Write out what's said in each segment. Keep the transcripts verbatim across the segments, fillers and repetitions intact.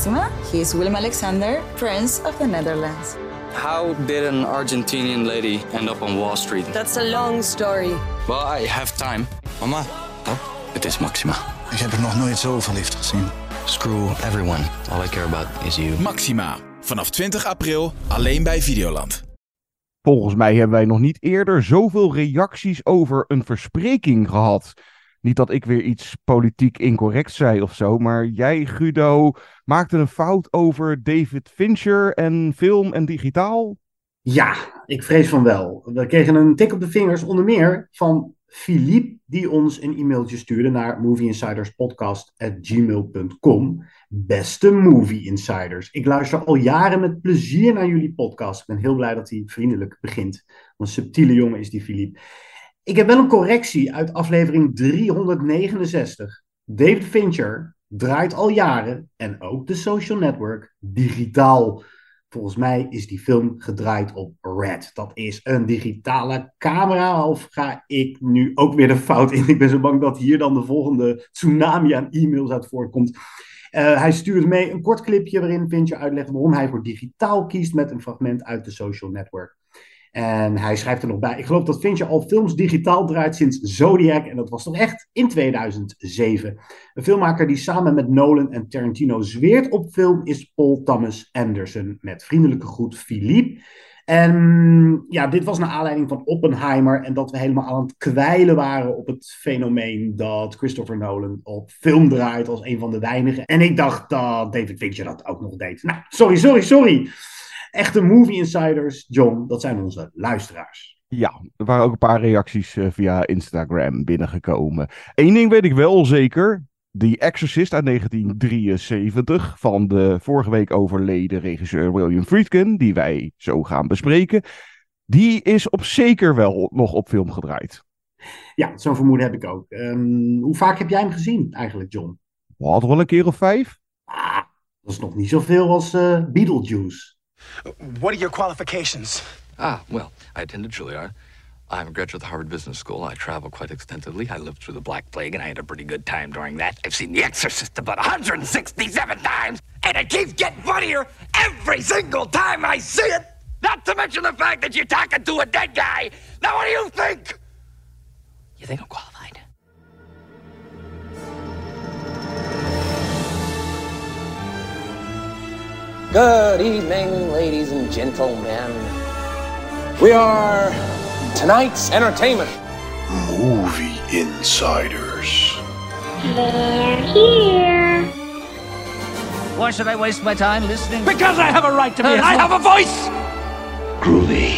Maxima. He is Willem Alexander, Prince of the Netherlands. How did an Argentinian lady end up on Wall Street? That's a long story. Well, I have time. Mama, Oh, het is Maxima. ik heb er nog nooit zo verliefd gezien. Screw everyone. All I care about is you. Maxima. Vanaf twintig april alleen bij Videoland. Volgens mij hebben wij nog niet eerder zoveel reacties over een verspreking gehad. Niet dat ik weer iets politiek incorrect zei of zo, maar jij, Guido, maakte een fout over David Fincher en film en digitaal. Ja, ik vrees van wel. We kregen een tik op de vingers, onder meer van Philippe, die ons een e-mailtje stuurde naar movieinsiderspodcast at gmail dot com. Beste Movie Insiders, ik luister al jaren met plezier naar jullie podcast. Ik ben heel blij dat hij vriendelijk begint. Een subtiele jongen is die Philippe. Ik heb wel een correctie uit aflevering driehonderdnegenenzestig. David Fincher draait al jaren, en ook The Social Network, digitaal. Volgens mij is die film gedraaid op Red. Dat is een digitale camera. Of ga ik nu ook weer de fout in? Ik ben zo bang dat hier dan de volgende tsunami aan e-mails uit voortkomt. Uh, hij stuurt mee een kort clipje waarin Fincher uitlegt waarom hij voor digitaal kiest met een fragment uit The Social Network. En hij schrijft er nog bij: ik geloof dat Fincher al films digitaal draait sinds Zodiac. En dat was toch echt in tweeduizend zeven. Een filmmaker die samen met Nolan en Tarantino zweert op film is Paul Thomas Anderson. Met vriendelijke groet, Philippe. En ja, dit was naar aanleiding van Oppenheimer. En dat we helemaal aan het kwijlen waren op het fenomeen dat Christopher Nolan op film draait als een van de weinigen. En ik dacht dat David Fincher dat ook nog deed. Nou, sorry, sorry, sorry. Echte Movie Insiders, John, dat zijn onze luisteraars. Ja, er waren ook een paar reacties uh, via Instagram binnengekomen. Eén ding weet ik wel zeker. The Exorcist uit negentien drieënzeventig van de vorige week overleden regisseur William Friedkin, die wij zo gaan bespreken, die is op zeker wel nog op film gedraaid. Ja, zo'n vermoeden heb ik ook. Um, hoe vaak heb jij hem gezien eigenlijk, John? Wat, wel een keer of vijf? Ah, dat is nog niet zoveel als uh, Beetlejuice. What are your qualifications? Ah, well, I attended Juilliard. I'm a graduate of the Harvard Business School. I travel quite extensively. I lived through the Black Plague, and I had a pretty good time during that. I've seen The Exorcist about one hundred sixty-seven times, and it keeps getting funnier every single time I see it. Not to mention the fact that you're talking to a dead guy. Now, what do you think? You think I'm qualified? Good evening, ladies and gentlemen. We are tonight's entertainment. Movie Insiders. They're here. Why should I waste my time listening? Because I have a right to be. I have a voice. Groovy.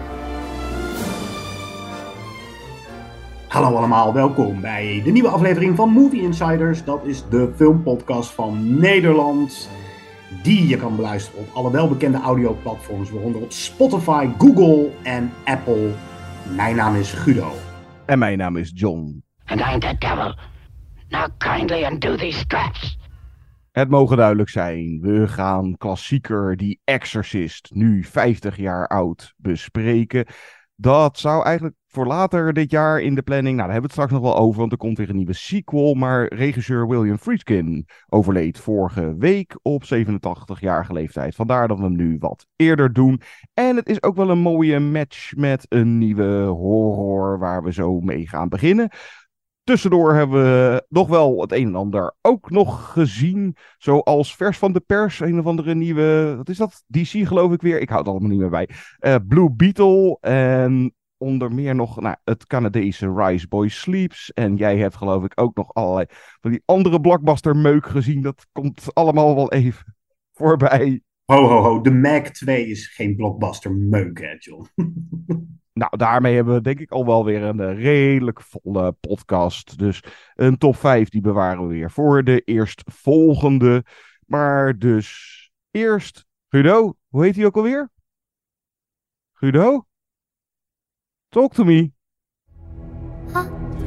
Hallo allemaal, welkom bij de nieuwe aflevering van Movie Insiders. Dat is de filmpodcast van Nederland, die je kan beluisteren op alle welbekende audioplatforms, waaronder op Spotify, Google en Apple. Mijn naam is Guido. En mijn naam is John. And I'm the devil. Now kindly undo these straps. Het mogen duidelijk zijn, we gaan klassieker The Exorcist, nu vijftig jaar oud, bespreken. Dat zou eigenlijk voor later dit jaar in de planning, nou daar hebben we het straks nog wel over, want er komt weer een nieuwe sequel. Maar regisseur William Friedkin overleed vorige week op zevenentachtigjarige leeftijd. Vandaar dat we hem nu wat eerder doen. En het is ook wel een mooie match met een nieuwe horror waar we zo mee gaan beginnen. Tussendoor hebben we nog wel het een en ander ook nog gezien. Zoals vers van de pers, een of andere nieuwe, wat is dat? D C geloof ik weer. Ik hou het allemaal niet meer bij. Uh, Blue Beetle en onder meer nog nou, het Canadese Rise Boy Sleeps. En jij hebt geloof ik ook nog allerlei van die andere blockbuster meuk gezien. Dat komt allemaal wel even voorbij. Ho ho ho, de Mac twee is geen blockbuster meuk hè John. Nou, daarmee hebben we denk ik al wel weer een uh, redelijk volle podcast. Dus een top vijf die bewaren we weer voor de eerstvolgende. Maar dus eerst, Guido, hoe heet hij ook alweer? Guido? Talk to me. Huh?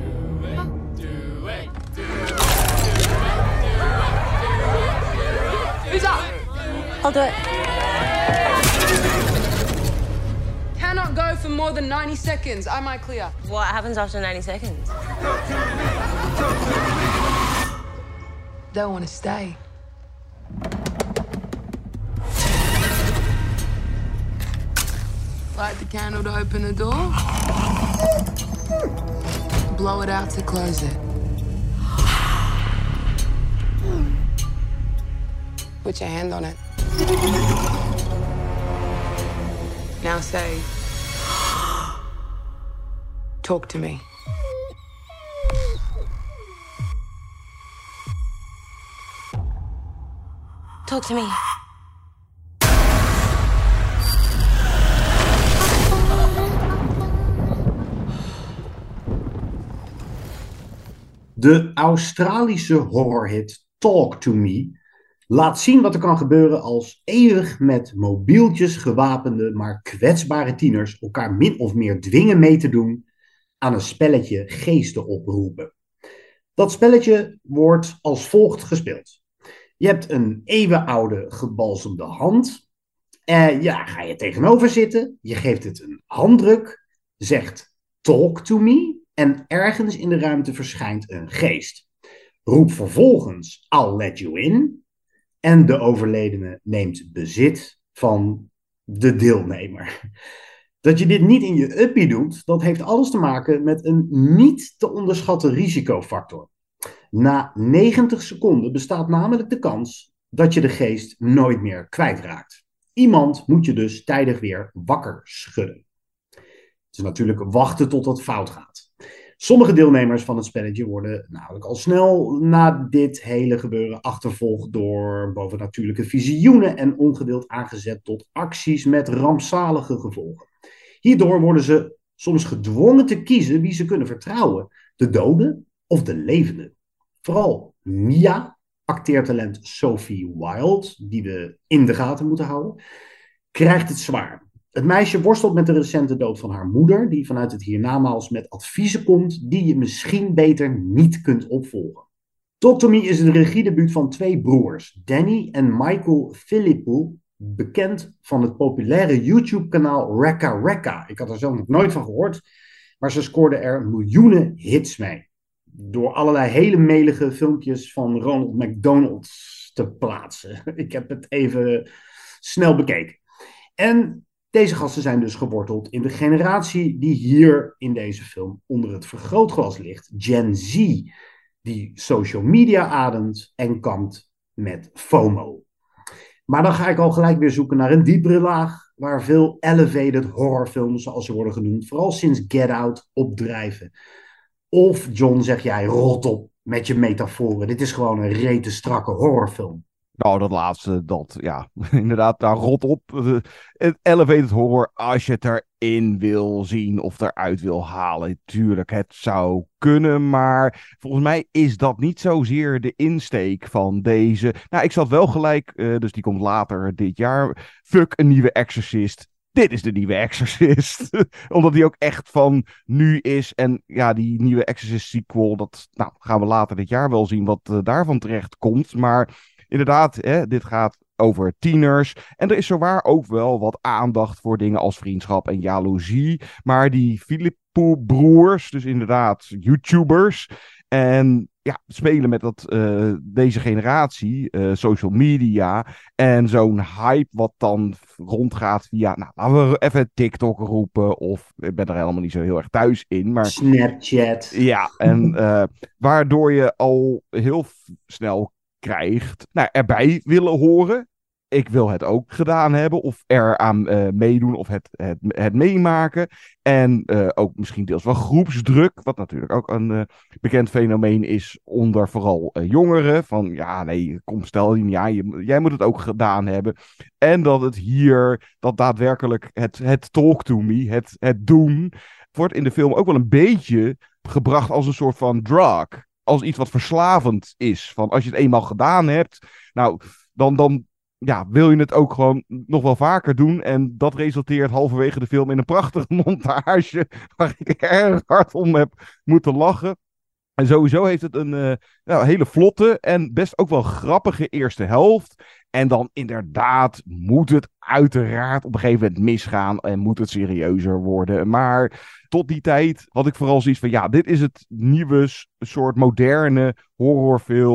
Who's up? I'll do it. Cannot go for more than ninety seconds. Am I clear? What happens after ninety seconds? Don't want to stay. Light the candle to open the door. Blow it out to close it. Put your hand on it. Now say, talk to me. Talk to me. De Australische horrorhit Talk to Me laat zien wat er kan gebeuren als eeuwig met mobieltjes gewapende, maar kwetsbare tieners elkaar min of meer dwingen mee te doen aan een spelletje geesten oproepen. Dat spelletje wordt als volgt gespeeld. Je hebt een eeuwenoude gebalsemde hand. En ja, ga je tegenover zitten. Je geeft het een handdruk. Zegt talk to me. En ergens in de ruimte verschijnt een geest. Roep vervolgens I'll let you in. En de overledene neemt bezit van de deelnemer. Dat je dit niet in je uppie doet, dat heeft alles te maken met een niet te onderschatten risicofactor. Na negentig seconden bestaat namelijk de kans dat je de geest nooit meer kwijtraakt. Iemand moet je dus tijdig weer wakker schudden. Het is natuurlijk wachten tot het fout gaat. Sommige deelnemers van het spelletje worden namelijk al snel na dit hele gebeuren achtervolgd door bovennatuurlijke visioenen en ongedeeld aangezet tot acties met rampzalige gevolgen. Hierdoor worden ze soms gedwongen te kiezen wie ze kunnen vertrouwen, de doden of de levenden. Vooral Mia, acteertalent Sophie Wilde, die we in de gaten moeten houden, krijgt het zwaar. Het meisje worstelt met de recente dood van haar moeder, die vanuit het hiernamaals met adviezen komt die je misschien beter niet kunt opvolgen. Talk to Me is het regiedebuut van twee broers, Danny en Michael Philippou, bekend van het populaire YouTube-kanaal Rekka Rekka. Ik had er zelf nog nooit van gehoord, maar ze scoorden er miljoenen hits mee. Door allerlei hele melige filmpjes van Ronald McDonald te plaatsen. Ik heb het even snel bekeken. En deze gasten zijn dus geworteld in de generatie die hier in deze film onder het vergrootglas ligt. Gen Z, die social media ademt en kampt met FOMO. Maar dan ga ik al gelijk weer zoeken naar een diepere laag, waar veel elevated horrorfilms, zoals ze worden genoemd, vooral sinds Get Out, opdrijven. Of, John, zeg jij, rot op met je metaforen. Dit is gewoon een rete strakke horrorfilm. Nou, dat laatste, dat, ja, inderdaad, daar rot op. Het elevated horror, als je het erin wil zien of eruit wil halen. Tuurlijk, het zou kunnen, maar volgens mij is dat niet zozeer de insteek van deze. Nou, ik zat wel gelijk, uh, dus die komt later dit jaar. Fuck een nieuwe Exorcist. Dit is de nieuwe Exorcist. Omdat die ook echt van nu is. En ja, die nieuwe Exorcist sequel, dat nou, gaan we later dit jaar wel zien wat uh, daarvan terecht komt. Maar inderdaad, hè, dit gaat over tieners. En er is zowaar ook wel wat aandacht voor dingen als vriendschap en jaloezie. Maar die Philippou-broers, dus inderdaad YouTubers. En ja, spelen met dat, uh, deze generatie, uh, social media. En zo'n hype wat dan rondgaat via, nou, laten we even TikTok roepen. Of, ik ben er helemaal niet zo heel erg thuis in. Maar Snapchat. Ja, en uh, waardoor je al heel f- snel krijgt, nou, erbij willen horen. Ik wil het ook gedaan hebben, of eraan uh, meedoen, of het, het, het meemaken. En uh, ook misschien deels wel groepsdruk, wat natuurlijk ook een uh, bekend fenomeen is onder vooral uh, jongeren. Van ja, nee, kom, stel je niet aan, je, jij moet het ook gedaan hebben. En dat het hier, dat daadwerkelijk het, het talk to me, het, het doen, wordt in de film ook wel een beetje gebracht als een soort van drug. Als iets wat verslavend is. Van als je het eenmaal gedaan hebt, nou, dan, dan ja, wil je het ook gewoon nog wel vaker doen. En dat resulteert halverwege de film in een prachtige montage, waar ik erg hard om heb moeten lachen. En sowieso heeft het een uh, nou, hele vlotte en best ook wel grappige eerste helft. En dan inderdaad moet het uiteraard op een gegeven moment misgaan en moet het serieuzer worden. Maar tot die tijd had ik vooral zoiets van, ja, dit is het nieuwe soort moderne horrorfilm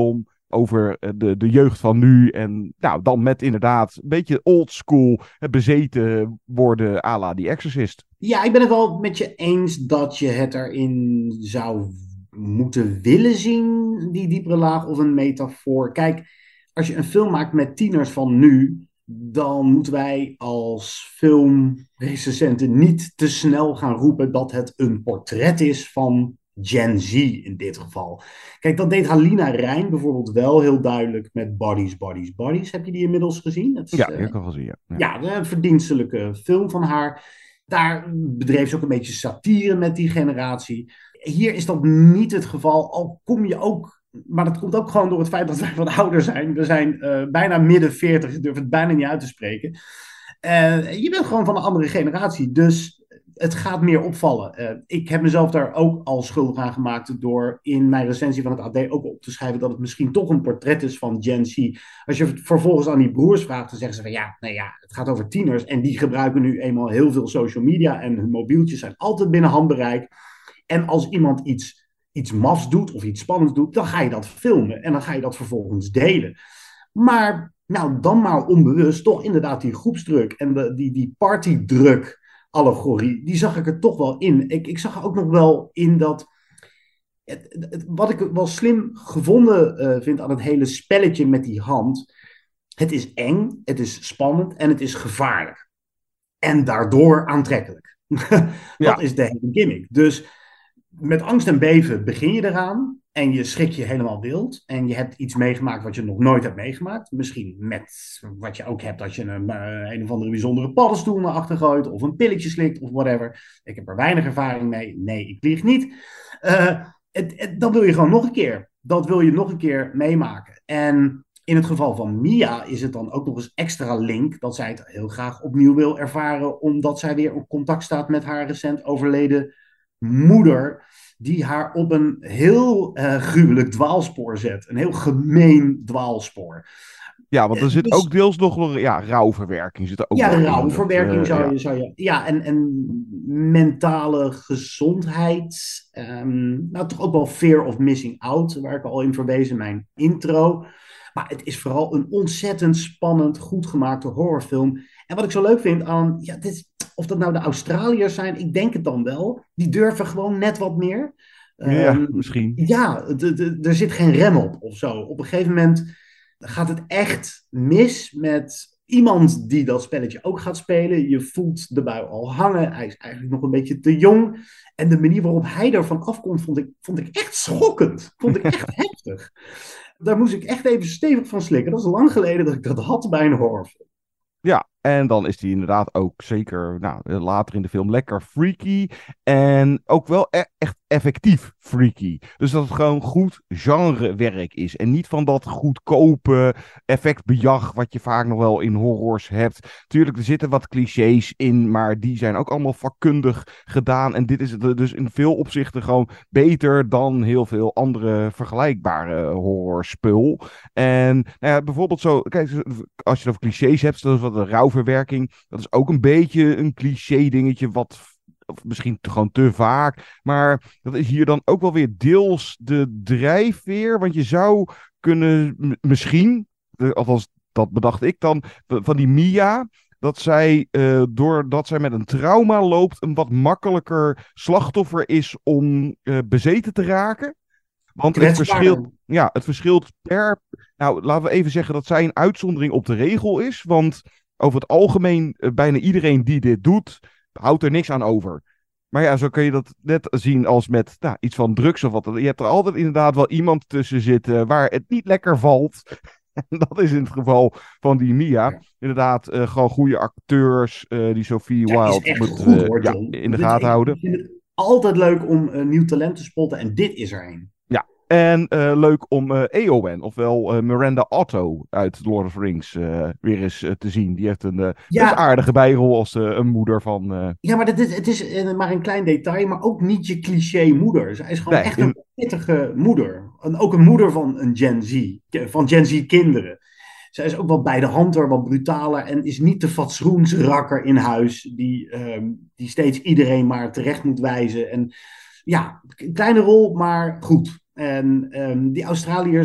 over de, de jeugd van nu. En nou, dan met inderdaad een beetje old school bezeten worden à la The Exorcist. Ja, ik ben het wel met je eens dat je het erin zou moeten willen zien, die diepere laag of een metafoor. Kijk, als je een film maakt met tieners van nu, dan moeten wij als filmrecensenten niet te snel gaan roepen dat het een portret is van Gen Z in dit geval. Kijk, dat deed Halina Reijn bijvoorbeeld wel heel duidelijk met Bodies, Bodies, Bodies. Heb je die inmiddels gezien? Het is, ja, uh, ik heb al gezien, ja. Ja, ja een verdienstelijke film van haar. Daar bedreef ze ook een beetje satire met die generatie. Hier is dat niet het geval, al kom je ook... Maar dat komt ook gewoon door het feit dat wij wat ouder zijn. We zijn uh, bijna midden veertig, ik durf het bijna niet uit te spreken. Uh, je bent gewoon van een andere generatie, dus het gaat meer opvallen. Uh, ik heb mezelf daar ook al schuldig aan gemaakt door in mijn recensie van het A D ook op te schrijven dat het misschien toch een portret is van Gen Z. Als je vervolgens aan die broers vraagt, dan zeggen ze van ja, nou ja, het gaat over tieners en die gebruiken nu eenmaal heel veel social media en hun mobieltjes zijn altijd binnen handbereik. En als iemand iets... iets mafs doet of iets spannends doet, dan ga je dat filmen en dan ga je dat vervolgens delen. Maar nou, dan maar onbewust toch inderdaad die groepsdruk en de, die, die partydruk allegorie, die zag ik er toch wel in. Ik, ik zag er ook nog wel in dat, het, het, wat ik wel slim gevonden uh, vind aan het hele spelletje met die hand, het is eng, het is spannend en het is gevaarlijk. En daardoor aantrekkelijk. Dat ja. is de hele gimmick. Dus met angst en beven begin je eraan en je schrik je helemaal wild. En je hebt iets meegemaakt wat je nog nooit hebt meegemaakt. Misschien met wat je ook hebt als je een, uh, een of andere bijzondere paddenstoel naar achter gooit of een pilletje slikt of whatever. Ik heb er weinig ervaring mee. Nee, ik lieg niet. Uh, het, het, dan wil je gewoon nog een keer. Dat wil je nog een keer meemaken. En in het geval van Mia is het dan ook nog eens extra link dat zij het heel graag opnieuw wil ervaren, omdat zij weer op contact staat met haar recent overleden moeder, die haar op een heel uh, gruwelijk dwaalspoor zet. Een heel gemeen dwaalspoor. Ja, want er zit dus ook deels nog ja, rouwverwerking. Zit er ook ja, nog rouwverwerking uh, zou, ja. je, zou je... Ja, en, en mentale gezondheid. Um, nou, toch ook wel fear of missing out, waar ik al in verwees in mijn intro. Maar het is vooral een ontzettend spannend, goed gemaakte horrorfilm. En wat ik zo leuk vind aan... Ja, dit, of dat nou de Australiërs zijn, ik denk het dan wel. Die durven gewoon net wat meer. Ja, um, misschien. Ja, d- d- er zit geen rem op of zo. Op een gegeven moment gaat het echt mis met iemand die dat spelletje ook gaat spelen. Je voelt de bui al hangen. Hij is eigenlijk nog een beetje te jong. En de manier waarop hij ervan afkomt, vond ik, vond ik echt schokkend. Vond ik echt heftig. Daar moest ik echt even stevig van slikken. Dat is lang geleden dat ik dat had bij een horrorfilm. Ja, en dan is die inderdaad ook zeker nou, later in de film lekker freaky. En ook wel e- echt effectief freaky. Dus dat het gewoon goed genrewerk is. En niet van dat goedkope effectbejag wat je vaak nog wel in horrors hebt. Tuurlijk, er zitten wat clichés in, maar die zijn ook allemaal vakkundig gedaan. En dit is dus in veel opzichten gewoon beter dan heel veel andere vergelijkbare horrorspul. En nou ja, bijvoorbeeld zo, kijk, als je het over clichés hebt, zoals wat de rouwverwerking, dat is ook een beetje een cliché dingetje wat... Of misschien te, gewoon te vaak. Maar dat is hier dan ook wel weer deels de drijfveer. Want je zou kunnen m- misschien, de, althans dat bedacht ik dan, van die Mia, dat zij, uh, doordat zij met een trauma loopt, een wat makkelijker slachtoffer is om uh, bezeten te raken. Want het verschilt, ja, het verschilt per... Nou, laten we even zeggen dat zij een uitzondering op de regel is. Want over het algemeen, uh, bijna iedereen die dit doet, houdt er niks aan over. Maar ja, zo kun je dat net zien als met nou, iets van drugs of wat. Je hebt er altijd inderdaad wel iemand tussen zitten waar het niet lekker valt. En dat is in het geval van die Mia. Ja. Inderdaad, uh, gewoon goede acteurs. Uh, die Sophie ja, Wilde moet goed, uh, hoor, ja, in de gaten houden. Ik vind het altijd leuk om uh, nieuw talent te spotten. En dit is er een. Ja. En uh, leuk om uh, Eowyn, ofwel uh, Miranda Otto uit Lord of the Rings, uh, weer eens uh, te zien. Die heeft een uh, ja. best aardige bijrol als uh, een moeder van... Uh... Ja, maar dit is, het is uh, maar een klein detail, maar ook niet je cliché moeder. Zij is gewoon nee, echt in... een pittige moeder. En ook een moeder van een Gen Z, van Gen Z kinderen. Zij is ook wel bij de hand hoor, wat brutaler en is niet de fatsoensrakker in huis die, um, die steeds iedereen maar terecht moet wijzen. En ja, een kleine rol, maar goed. En um, die Australiërs,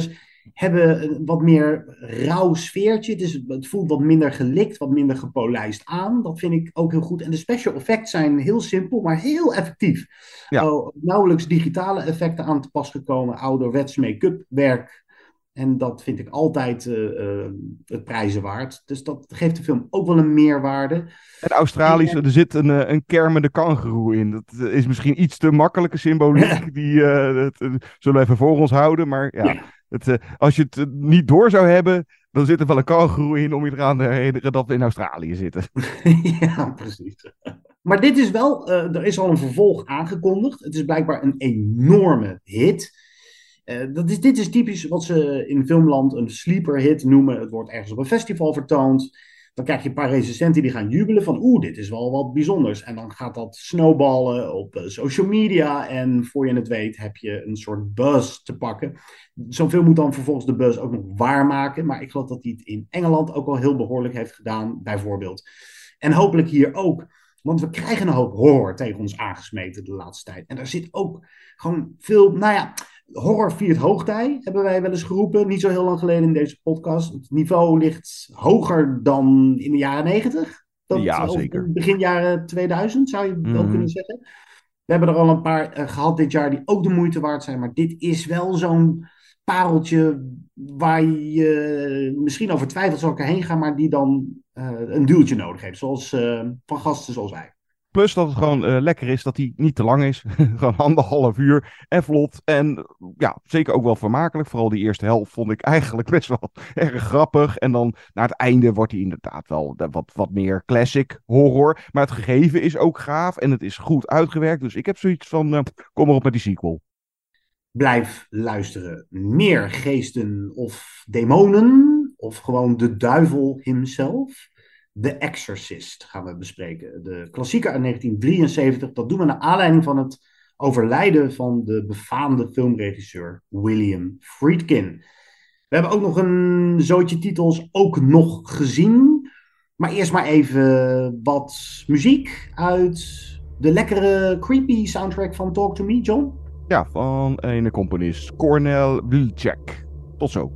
hebben een wat meer rauw sfeertje. Het, is, het voelt wat minder gelikt, wat minder gepolijst aan. Dat vind ik ook heel goed. En de special effects zijn heel simpel, maar heel effectief. Ja. Oh, nauwelijks digitale effecten aan te pas gekomen. Ouderwets make-up werk. En dat vind ik altijd uh, uh, het prijzen waard. Dus dat geeft de film ook wel een meerwaarde. En Australisch, er zit een, een kermende kangoeroe in. Dat is misschien iets te makkelijke symboliek. Die uh, het, uh, zullen we even voor ons houden. Maar ja, ja. Het, uh, als je het uh, niet door zou hebben, dan zit er wel een kangoeroe in om je eraan te herinneren dat we in Australië zitten. Ja, precies. Maar dit is wel, uh, er is al een vervolg aangekondigd. Het is blijkbaar een enorme hit. Uh, dat is, dit is typisch wat ze in filmland een sleeper hit noemen. Het wordt ergens op een festival vertoond. Dan krijg je een paar recensenten die gaan jubelen van oeh, dit is wel wat bijzonders. En dan gaat dat snowballen op uh, social media. En voor je het weet heb je een soort buzz te pakken. Zo'n film moet dan vervolgens de buzz ook nog waarmaken. Maar ik geloof dat hij het in Engeland ook al heel behoorlijk heeft gedaan, bijvoorbeeld. En hopelijk hier ook. Want we krijgen een hoop horror tegen ons aangesmeten de laatste tijd. En daar zit ook gewoon veel, nou ja... Horror viert hoogtij, hebben wij wel eens geroepen. Niet zo heel lang geleden in deze podcast. Het niveau ligt hoger dan in de jaren negentig. Dat, ja, zeker. Begin jaren tweeduizend, zou je wel mm. kunnen zeggen. We hebben er al een paar uh, gehad dit jaar die ook de moeite waard zijn. Maar dit is wel zo'n pareltje waar je uh, misschien over twijfelt zal ik erheen gaan. Maar die dan uh, een duwtje nodig heeft. Zoals uh, van gasten zoals wij. Plus dat het gewoon uh, lekker is dat hij niet te lang is. Gewoon anderhalf uur en vlot. En ja, zeker ook wel vermakelijk. Vooral die eerste helft vond ik eigenlijk best wel erg grappig. En dan naar het einde wordt hij inderdaad wel wat, wat meer classic horror. Maar het gegeven is ook gaaf en het is goed uitgewerkt. Dus ik heb zoiets van, uh, kom maar op met die sequel. Blijf luisteren. Meer geesten of demonen. Of gewoon de duivel himself. The Exorcist gaan we bespreken. De klassieker uit negentien drieënzeventig. Dat doen we naar aanleiding van het overlijden van de befaamde filmregisseur William Friedkin. We hebben ook nog een zootje titels ook nog gezien. Maar eerst maar even wat muziek uit de lekkere creepy soundtrack van Talk to Me, John. Ja, van een componist Cornel Wilczek. Tot zo.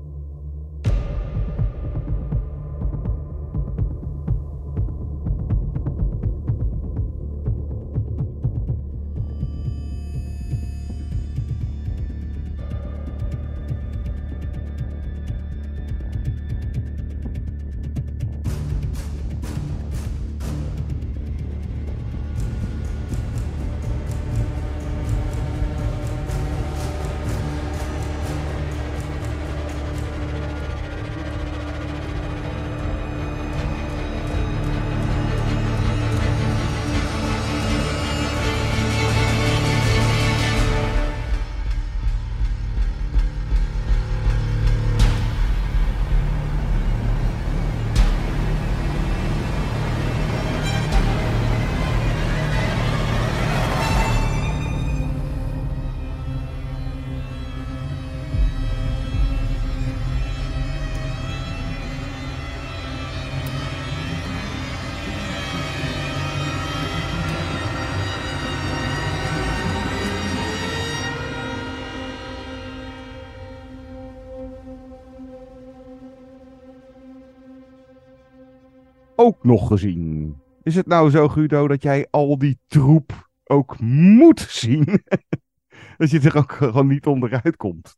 Ook nog gezien. Is het nou zo, Guido, dat jij al die troep ook moet zien? Dat je er ook gewoon niet onderuit komt?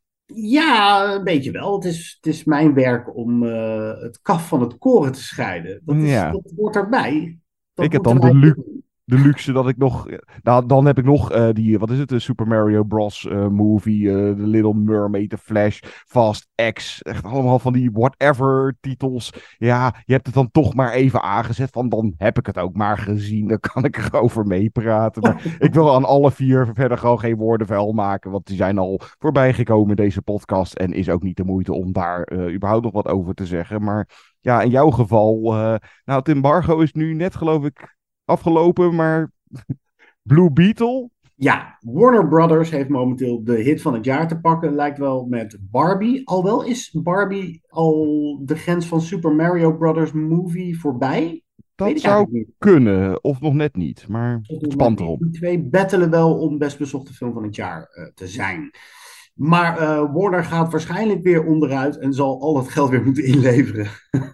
Ja, een beetje wel. Het is, het is mijn werk om uh, het kaf van het koren te scheiden. Dat, is, ja. dat hoort erbij. Dat ik heb dan de, lu- de luxe dat ik nog... Nou, dan heb ik nog uh, die, wat is het, de Super Mario Bros. Uh, movie, uh, The Little Mermaid, The Flash, Fast X. Echt allemaal van die whatever titels. Ja, je hebt het dan toch maar even aangezet van dan heb ik het ook maar gezien. Dan kan ik erover meepraten. Maar ik wil aan alle vier verder gewoon geen woorden vuil maken. Want die zijn al voorbij gekomen in deze podcast. En is ook niet de moeite om daar uh, überhaupt nog wat over te zeggen. Maar ja, in jouw geval... Uh, nou, het embargo is nu net geloof ik afgelopen, maar Blue Beetle? Ja, Warner Brothers heeft momenteel de hit van het jaar te pakken. Lijkt wel met Barbie. Alwel is Barbie al de grens van Super Mario Brothers movie voorbij? Dat zou kunnen, of nog net niet. Maar het spant erom. Die twee battelen wel om best bezochte film van het jaar uh, te zijn. Maar uh, Warner gaat waarschijnlijk weer onderuit en zal al het geld weer moeten inleveren.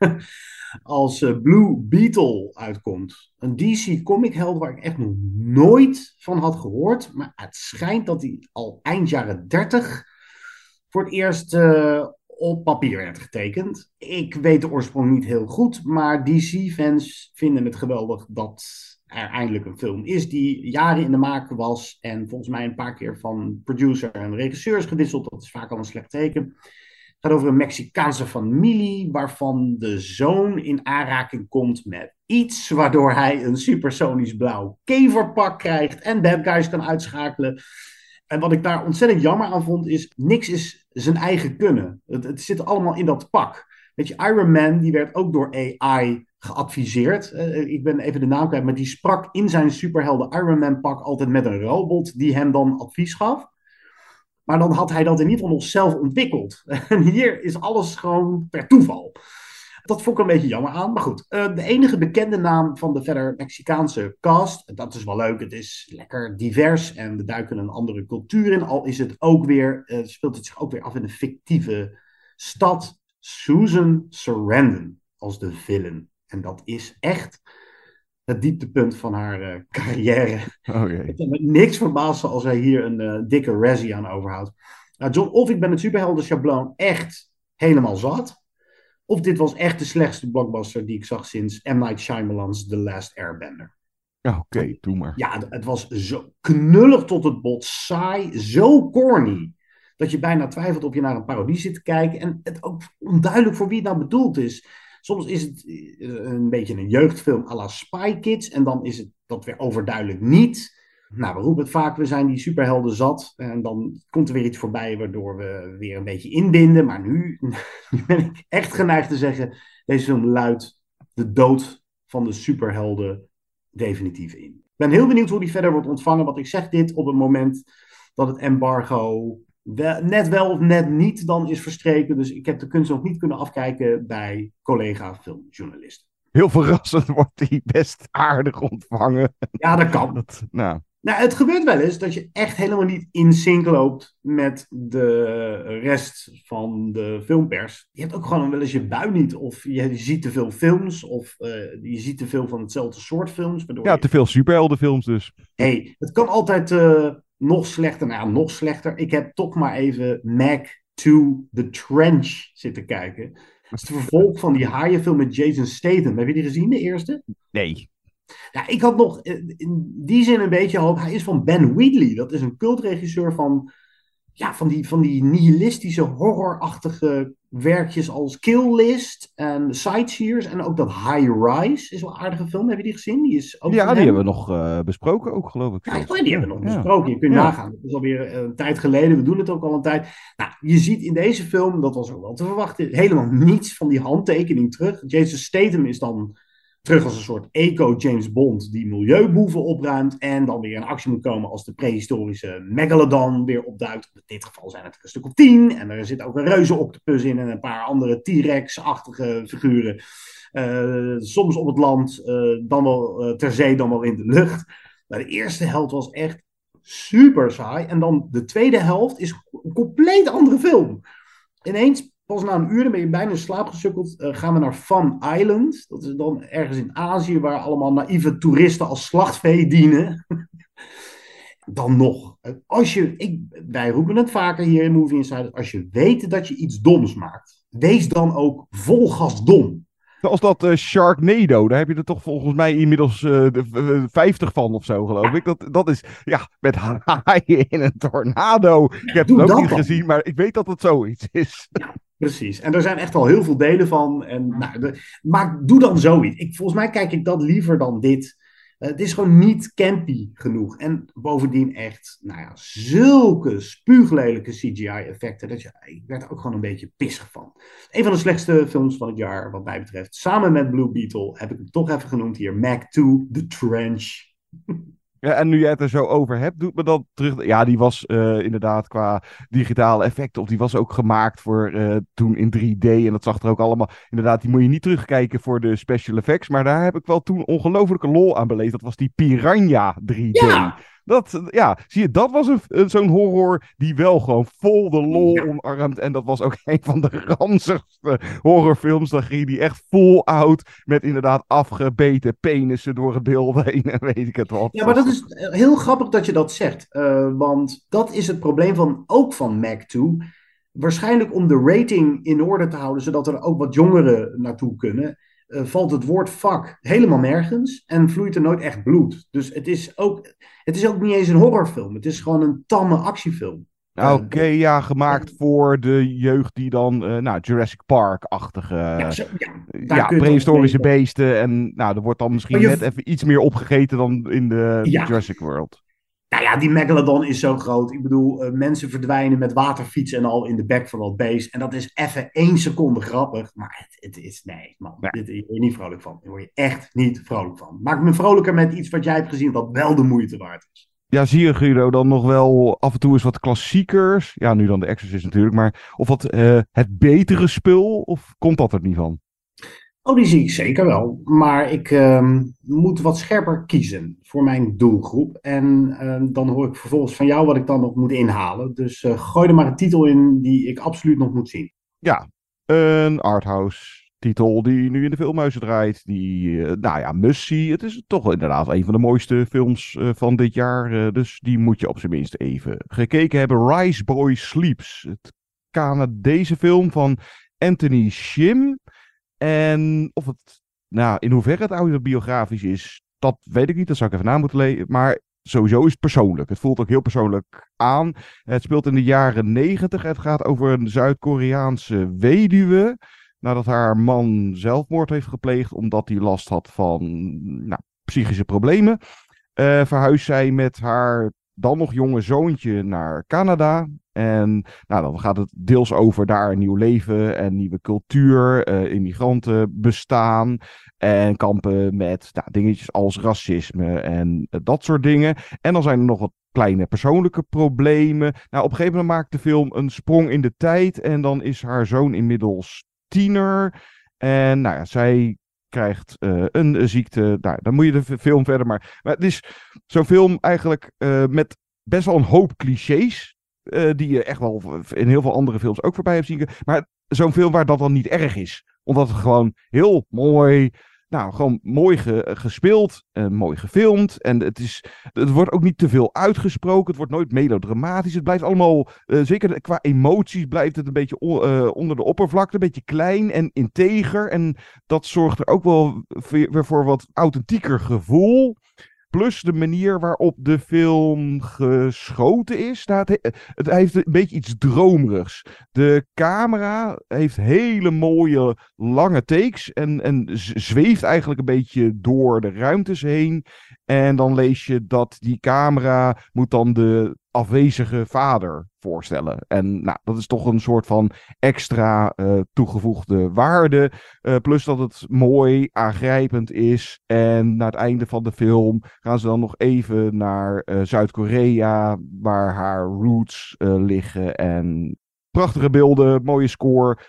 Als uh, Blue Beetle uitkomt. Een D C comic held waar ik echt nog nooit van had gehoord. Maar het schijnt dat hij al eind jaren dertig voor het eerst uh, op papier werd getekend. Ik weet de oorsprong niet heel goed, maar D C-fans vinden het geweldig dat er eindelijk een film is die jaren in de maak was en volgens mij een paar keer van producer en regisseur is gewisseld. Dat is vaak al een slecht teken. Het gaat over een Mexicaanse familie waarvan de zoon in aanraking komt met iets waardoor hij een supersonisch blauw keverpak krijgt en bad guys kan uitschakelen. En wat ik daar ontzettend jammer aan vond is, niks is zijn eigen kunnen. Het, het zit allemaal in dat pak. Weet je, Iron Man, die werd ook door A I geadviseerd. Uh, ik ben even de naam kwijt, maar die sprak in zijn superhelden Iron Man pak altijd met een robot die hem dan advies gaf. Maar dan had hij dat in ieder geval nog zelf ontwikkeld. En hier is alles gewoon per toeval. Dat vond ik een beetje jammer aan. Maar goed, uh, de enige bekende naam van de verder Mexicaanse cast, dat is wel leuk, het is lekker divers en we duiken een andere cultuur in. Al is het ook weer, uh, speelt het zich ook weer af in een fictieve stad. Susan Sarandon als de villain. En dat is echt het dieptepunt van haar uh, carrière. Okay. Ik kan me niks verbazen als hij hier een uh, dikke Razzie aan overhoudt. Uh, John, of ik ben het superhelden schabloon echt helemaal zat. Of dit was echt de slechtste blockbuster die ik zag sinds M. Night Shyamalan's The Last Airbender. Oké, okay, doe maar. Ja, het was zo knullig tot het bot, saai, zo corny, dat je bijna twijfelt of je naar een parodie zit te kijken. En het ook onduidelijk voor wie het nou bedoeld is. Soms is het een beetje een jeugdfilm à la Spy Kids. En dan is het dat weer overduidelijk niet. Nou, we roepen het vaak, we zijn die superhelden zat. En dan komt er weer iets voorbij waardoor we weer een beetje inbinden. Maar nu, nu ben ik echt geneigd te zeggen, deze film luidt de dood van de superhelden definitief in. Ik ben heel benieuwd hoe die verder wordt ontvangen. Want ik zeg dit op het moment dat het embargo wel, net wel of net niet dan is verstreken. Dus ik heb de kunst nog niet kunnen afkijken bij collega-filmjournalisten. Heel verrassend wordt hij best aardig ontvangen. Ja, dat kan. Dat, nou. Nou, het gebeurt wel eens dat je echt helemaal niet in sync loopt met de rest van de filmpers. Je hebt ook gewoon wel eens je bui niet. Of je, je ziet te veel films. Of uh, je ziet te veel van hetzelfde soort films. Ja, je... te veel superheldenfilms dus. Hé, hey, het kan altijd uh, nog slechter. Nou ja, nog slechter. Ik heb toch maar even Meg two The Trench zitten kijken. Dat is de vervolg van die haaienfilm met Jason Statham. Heb je die gezien, de eerste? Nee. Ja, ik had nog in die zin een beetje hoop. Hij is van Ben Wheatley. Dat is een cultregisseur van, ja, van, die, van die nihilistische, horrorachtige werkjes als Kill List en Sightseers. En ook dat High Rise is wel een aardige film. Heb je die gezien? Die is ook ja, die hebben we nog uh, besproken ook, geloof ik. Ja, die hebben we nog ja. besproken. Je kunt ja. nagaan. Dat is alweer een tijd geleden. We doen het ook al een tijd. Nou, je ziet in deze film, dat was ook wel te verwachten, helemaal niets van die handtekening terug. Jason Statham is dan terug als een soort eco-James Bond die milieuboeven opruimt en dan weer in actie moet komen als de prehistorische Megalodon weer opduikt. In dit geval zijn het een stuk of tien en er zit ook een reuzenoctopus in en een paar andere T-Rex-achtige figuren. Uh, soms op het land, uh, dan wel uh, ter zee, dan wel in de lucht. Maar de eerste helft was echt super saai en dan de tweede helft is een compleet andere film. Ineens, pas na een uur, dan ben je bijna in slaap gesukkeld, uh, gaan we naar Fun Island. Dat is dan ergens in Azië, waar allemaal naïeve toeristen als slachtvee dienen. Dan nog, als je, ik, wij roepen het vaker hier in Movie Insider, als je weet dat je iets doms maakt, wees dan ook vol gas dom. Zoals dat uh, Sharknado, daar heb je er toch volgens mij inmiddels uh, de, uh, vijftig van of zo, geloof ik. Dat, dat is, ja, met haaien in een tornado. Ik heb het ook niet dan gezien, maar ik weet dat het zoiets is. Ja, precies. En er zijn echt al heel veel delen van. En, nou, de, maar doe dan zoiets. Ik, volgens mij kijk ik dat liever dan dit. Uh, het is gewoon niet campy genoeg. En bovendien echt, nou ja, zulke spuuglelijke C G I-effecten. Dat je, ik werd er ook gewoon een beetje pissig van. Een van de slechtste films van het jaar, wat mij betreft. Samen met Blue Beetle heb ik hem toch even genoemd hier. Meg two The Trench. Ja, en nu jij het er zo over hebt, doet me dan terug. Ja, die was uh, inderdaad qua digitale effecten, of die was ook gemaakt voor uh, toen in drie D. En dat zag er ook allemaal. Inderdaad, die moet je niet terugkijken voor de special effects. Maar daar heb ik wel toen ongelofelijke lol aan beleefd. Dat was die Piranha drie D. Ja. Dat, ja, zie je, dat was een, een, zo'n horror die wel gewoon vol de lol ja. omarmt. En dat was ook een van de ranzigste horrorfilms. Dan ging die echt full out met inderdaad afgebeten penissen door het beeld heen en weet ik het wat. Ja, maar dat is heel grappig dat je dat zegt. Uh, want dat is het probleem van, ook van Meg twee. Waarschijnlijk om de rating in orde te houden, zodat er ook wat jongeren naartoe kunnen, uh, valt het woord fuck helemaal nergens en vloeit er nooit echt bloed. Dus het is ook, het is ook niet eens een horrorfilm. Het is gewoon een tamme actiefilm. Oké, okay, uh, ja, gemaakt voor de jeugd die dan, uh, nou, Jurassic Park-achtige, ja, zo, ja, ja prehistorische beesten. En nou, er wordt dan misschien je... net even iets meer opgegeten dan in de ja. Jurassic World. Nou ja, die Megalodon is zo groot. Ik bedoel, uh, mensen verdwijnen met waterfietsen en al in de bek van dat beest. En dat is even één seconde grappig. Maar het, het is, nee man, ja. dit, hier word je niet vrolijk van. Hier word je echt niet vrolijk van. Maak me vrolijker met iets wat jij hebt gezien wat wel de moeite waard is. Ja, zie je Guido, dan nog wel af en toe eens wat klassiekers. Ja, nu dan de Exorcist natuurlijk, maar of wat uh, het betere spul, of komt dat er niet van? Oh, die zie ik zeker wel. Maar ik uh, moet wat scherper kiezen voor mijn doelgroep. En uh, dan hoor ik vervolgens van jou wat ik dan nog moet inhalen. Dus uh, gooi er maar een titel in die ik absoluut nog moet zien. Ja, een arthouse titel die nu in de filmhuizen draait. Die, uh, nou ja, must see. Het is toch inderdaad een van de mooiste films uh, van dit jaar. Uh, dus die moet je op zijn minst even gekeken hebben. Rice Boy Sleeps. Het Canadese film van Anthony Shim. En of het, nou, in hoeverre het autobiografisch is, dat weet ik niet. Dat zou ik even na moeten lezen. Maar sowieso is het persoonlijk. Het voelt ook heel persoonlijk aan. Het speelt in de jaren negentig. Het gaat over een Zuid-Koreaanse weduwe. Nadat haar man zelfmoord heeft gepleegd omdat hij last had van nou, psychische problemen. Uh, verhuist zij met haar dan nog jonge zoontje naar Canada. En nou, dan gaat het deels over daar een nieuw leven en nieuwe cultuur, uh, immigranten bestaan en kampen met nou, dingetjes als racisme en uh, dat soort dingen. En dan zijn er nog wat kleine persoonlijke problemen. Nou, op een gegeven moment maakt de film een sprong in de tijd en dan is haar zoon inmiddels tiener. En nou ja, zij krijgt uh, een ziekte. Nou, dan moet je de film verder maar. Maar het is zo'n film eigenlijk uh, met best wel een hoop clichés. Uh, die je echt wel in heel veel andere films ook voorbij hebt zien. Maar zo'n film waar dat dan niet erg is. Omdat het gewoon heel mooi. Nou, gewoon mooi ge- gespeeld. Uh, mooi gefilmd. En het, is, het wordt ook niet te veel uitgesproken. Het wordt nooit melodramatisch. Het blijft allemaal. Uh, zeker qua emoties blijft het een beetje o- uh, onder de oppervlakte. Een beetje klein en integer. En dat zorgt er ook wel weer voor wat authentieker gevoel. Plus de manier waarop de film geschoten is. Nou, het, het heeft een beetje iets dromerigs. De camera heeft hele mooie lange takes. En, en zweeft eigenlijk een beetje door de ruimtes heen. En dan lees je dat die camera moet dan de afwezige vader voorstellen. En nou, dat is toch een soort van extra uh, toegevoegde waarde. Uh, plus dat het mooi, aangrijpend is. En na het einde van de film gaan ze dan nog even naar uh, Zuid-Korea, waar haar roots uh, liggen. En prachtige beelden, mooie score,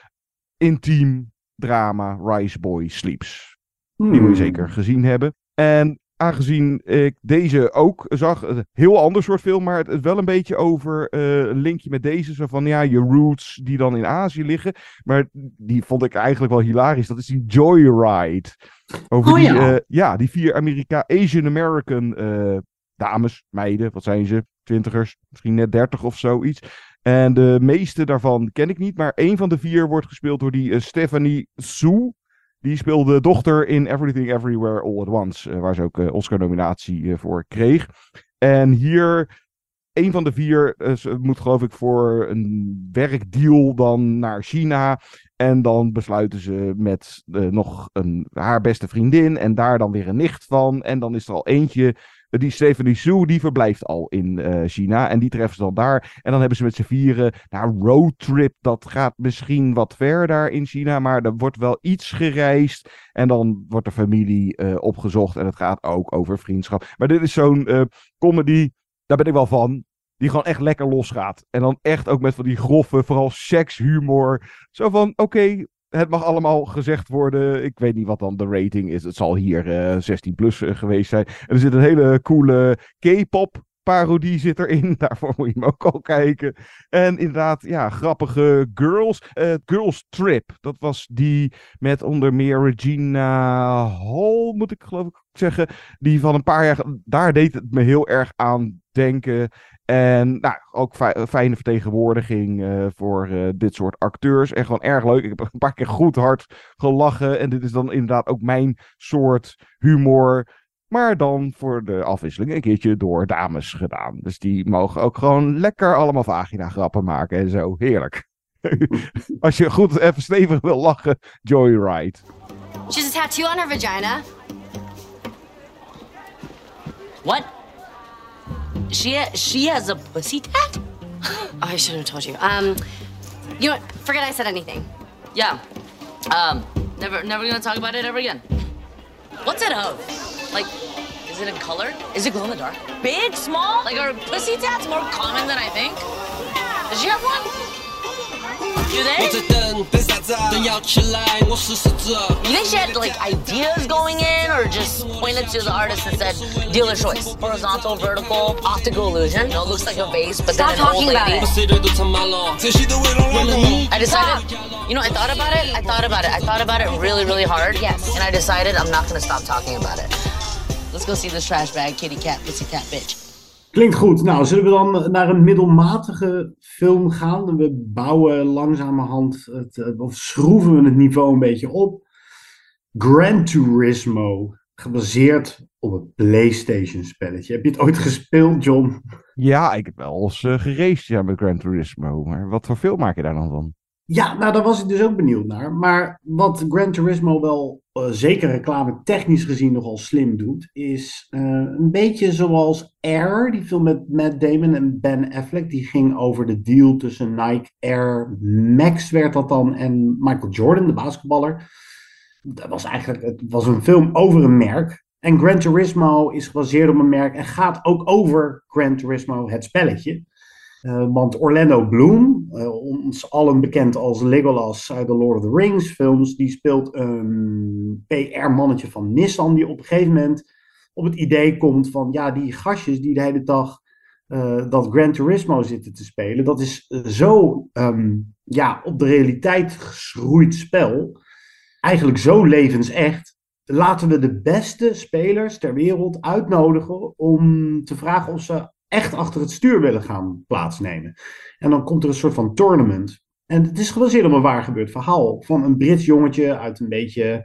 intiem drama, Rice Boy Sleeps. Hmm. Die moet je zeker gezien hebben. En aangezien ik deze ook zag, een heel ander soort film, maar het is wel een beetje over uh, een linkje met deze. Zo van, ja, je roots die dan in Azië liggen. Maar die vond ik eigenlijk wel hilarisch. Dat is die Joyride. Over oh, die, ja. Uh, ja, die vier Amerika- Asian American uh, dames, meiden, wat zijn ze? Twintigers, misschien net dertig of zoiets. En de meeste daarvan ken ik niet, maar één van de vier wordt gespeeld door die uh, Stephanie Hsu. Die speelde dochter in Everything Everywhere All at Once, uh, waar ze ook uh, Oscar-nominatie uh, voor kreeg. En hier, een van de vier uh, moet geloof ik voor een werkdeal dan naar China. En dan besluiten ze met uh, nog een, haar beste vriendin en daar dan weer een nicht van. En dan is er al eentje, uh, die Stephanie Hsu, die verblijft al in uh, China. En die treffen ze dan daar. En dan hebben ze met z'n vieren, nou, roadtrip, dat gaat misschien wat ver daar in China. Maar er wordt wel iets gereisd. En dan wordt de familie uh, opgezocht. En het gaat ook over vriendschap. Maar dit is zo'n uh, comedy, daar ben ik wel van. Die gewoon echt lekker losgaat. En dan echt ook met van die grove, vooral sekshumor. Zo van, oké, okay, het mag allemaal gezegd worden. Ik weet niet wat dan de rating is. Het zal hier uh, zestien plus uh, geweest zijn. En er zit een hele coole K-pop parodie zit erin. Daarvoor moet je hem ook al kijken. En inderdaad, ja, grappige Girls. Uh, Girls Trip. Dat was die met onder meer Regina Hall, moet ik geloof ik zeggen. Die van een paar jaar... Daar deed het me heel erg aan denken. En nou, ook fi- fijne vertegenwoordiging uh, voor uh, dit soort acteurs. En gewoon erg leuk. Ik heb een paar keer goed hard gelachen. En dit is dan inderdaad ook mijn soort humor. Maar dan voor de afwisseling een keertje door dames gedaan. Dus die mogen ook gewoon lekker allemaal vagina grappen maken en zo. Heerlijk. Als je goed even stevig wil lachen, Joyride. She has a tattoo on her vagina. What? She ha- she has a pussy tat? Oh, I shouldn't have told you. Um, you know what? Forget I said anything. Yeah. Um, never never gonna talk about it ever again. What's it of? Like, is it in color? Is it glow in the dark? Big, small? Like, are pussy tats more common than I think? Does she have one? Do they? You think she had, like, ideas going in, or just pointed to the artist and said, dealer choice? Horizontal, vertical, optical illusion? No, it looks like a vase, but Stop then an old talking about lady. it. I decided, you know, I thought about it, I thought about it, I thought about it really, really hard. Yes. And I decided I'm not gonna stop talking about it. Let's go see this trash bag, kitty cat, pussy cat, bitch. Klinkt goed. Nou, zullen we dan naar een middelmatige film gaan? We bouwen langzamerhand, het, of schroeven we het niveau een beetje op. Gran Turismo, gebaseerd op een PlayStation-spelletje. Heb je het ooit gespeeld, John? Ja, ik heb wel eens uh, geraced ja, met Gran Turismo. Maar wat voor film maak je daar dan van? Ja, nou daar was ik dus ook benieuwd naar. Maar wat Gran Turismo wel, uh, zeker reclame technisch gezien, nogal slim doet, is uh, een beetje zoals Air, die film met Matt Damon en Ben Affleck. Die ging over de deal tussen Nike Air Max, werd dat dan, en Michael Jordan, de basketballer. Dat was eigenlijk, het was een film over een merk. En Gran Turismo is gebaseerd op een merk en gaat ook over Gran Turismo, het spelletje. Uh, want Orlando Bloom, uh, ons allen bekend als Legolas uit de Lord of the Rings films, die speelt een P R-mannetje van Nissan die op een gegeven moment op het idee komt van, ja, die gastjes die de hele dag uh, dat Gran Turismo zitten te spelen, dat is zo um, ja, op de realiteit geschroeid spel, eigenlijk zo levensecht. Laten we de beste spelers ter wereld uitnodigen om te vragen of ze echt achter het stuur willen gaan plaatsnemen. En dan komt er een soort van tournament. En het is gebaseerd op een waar gebeurd verhaal van een Brits jongetje uit een beetje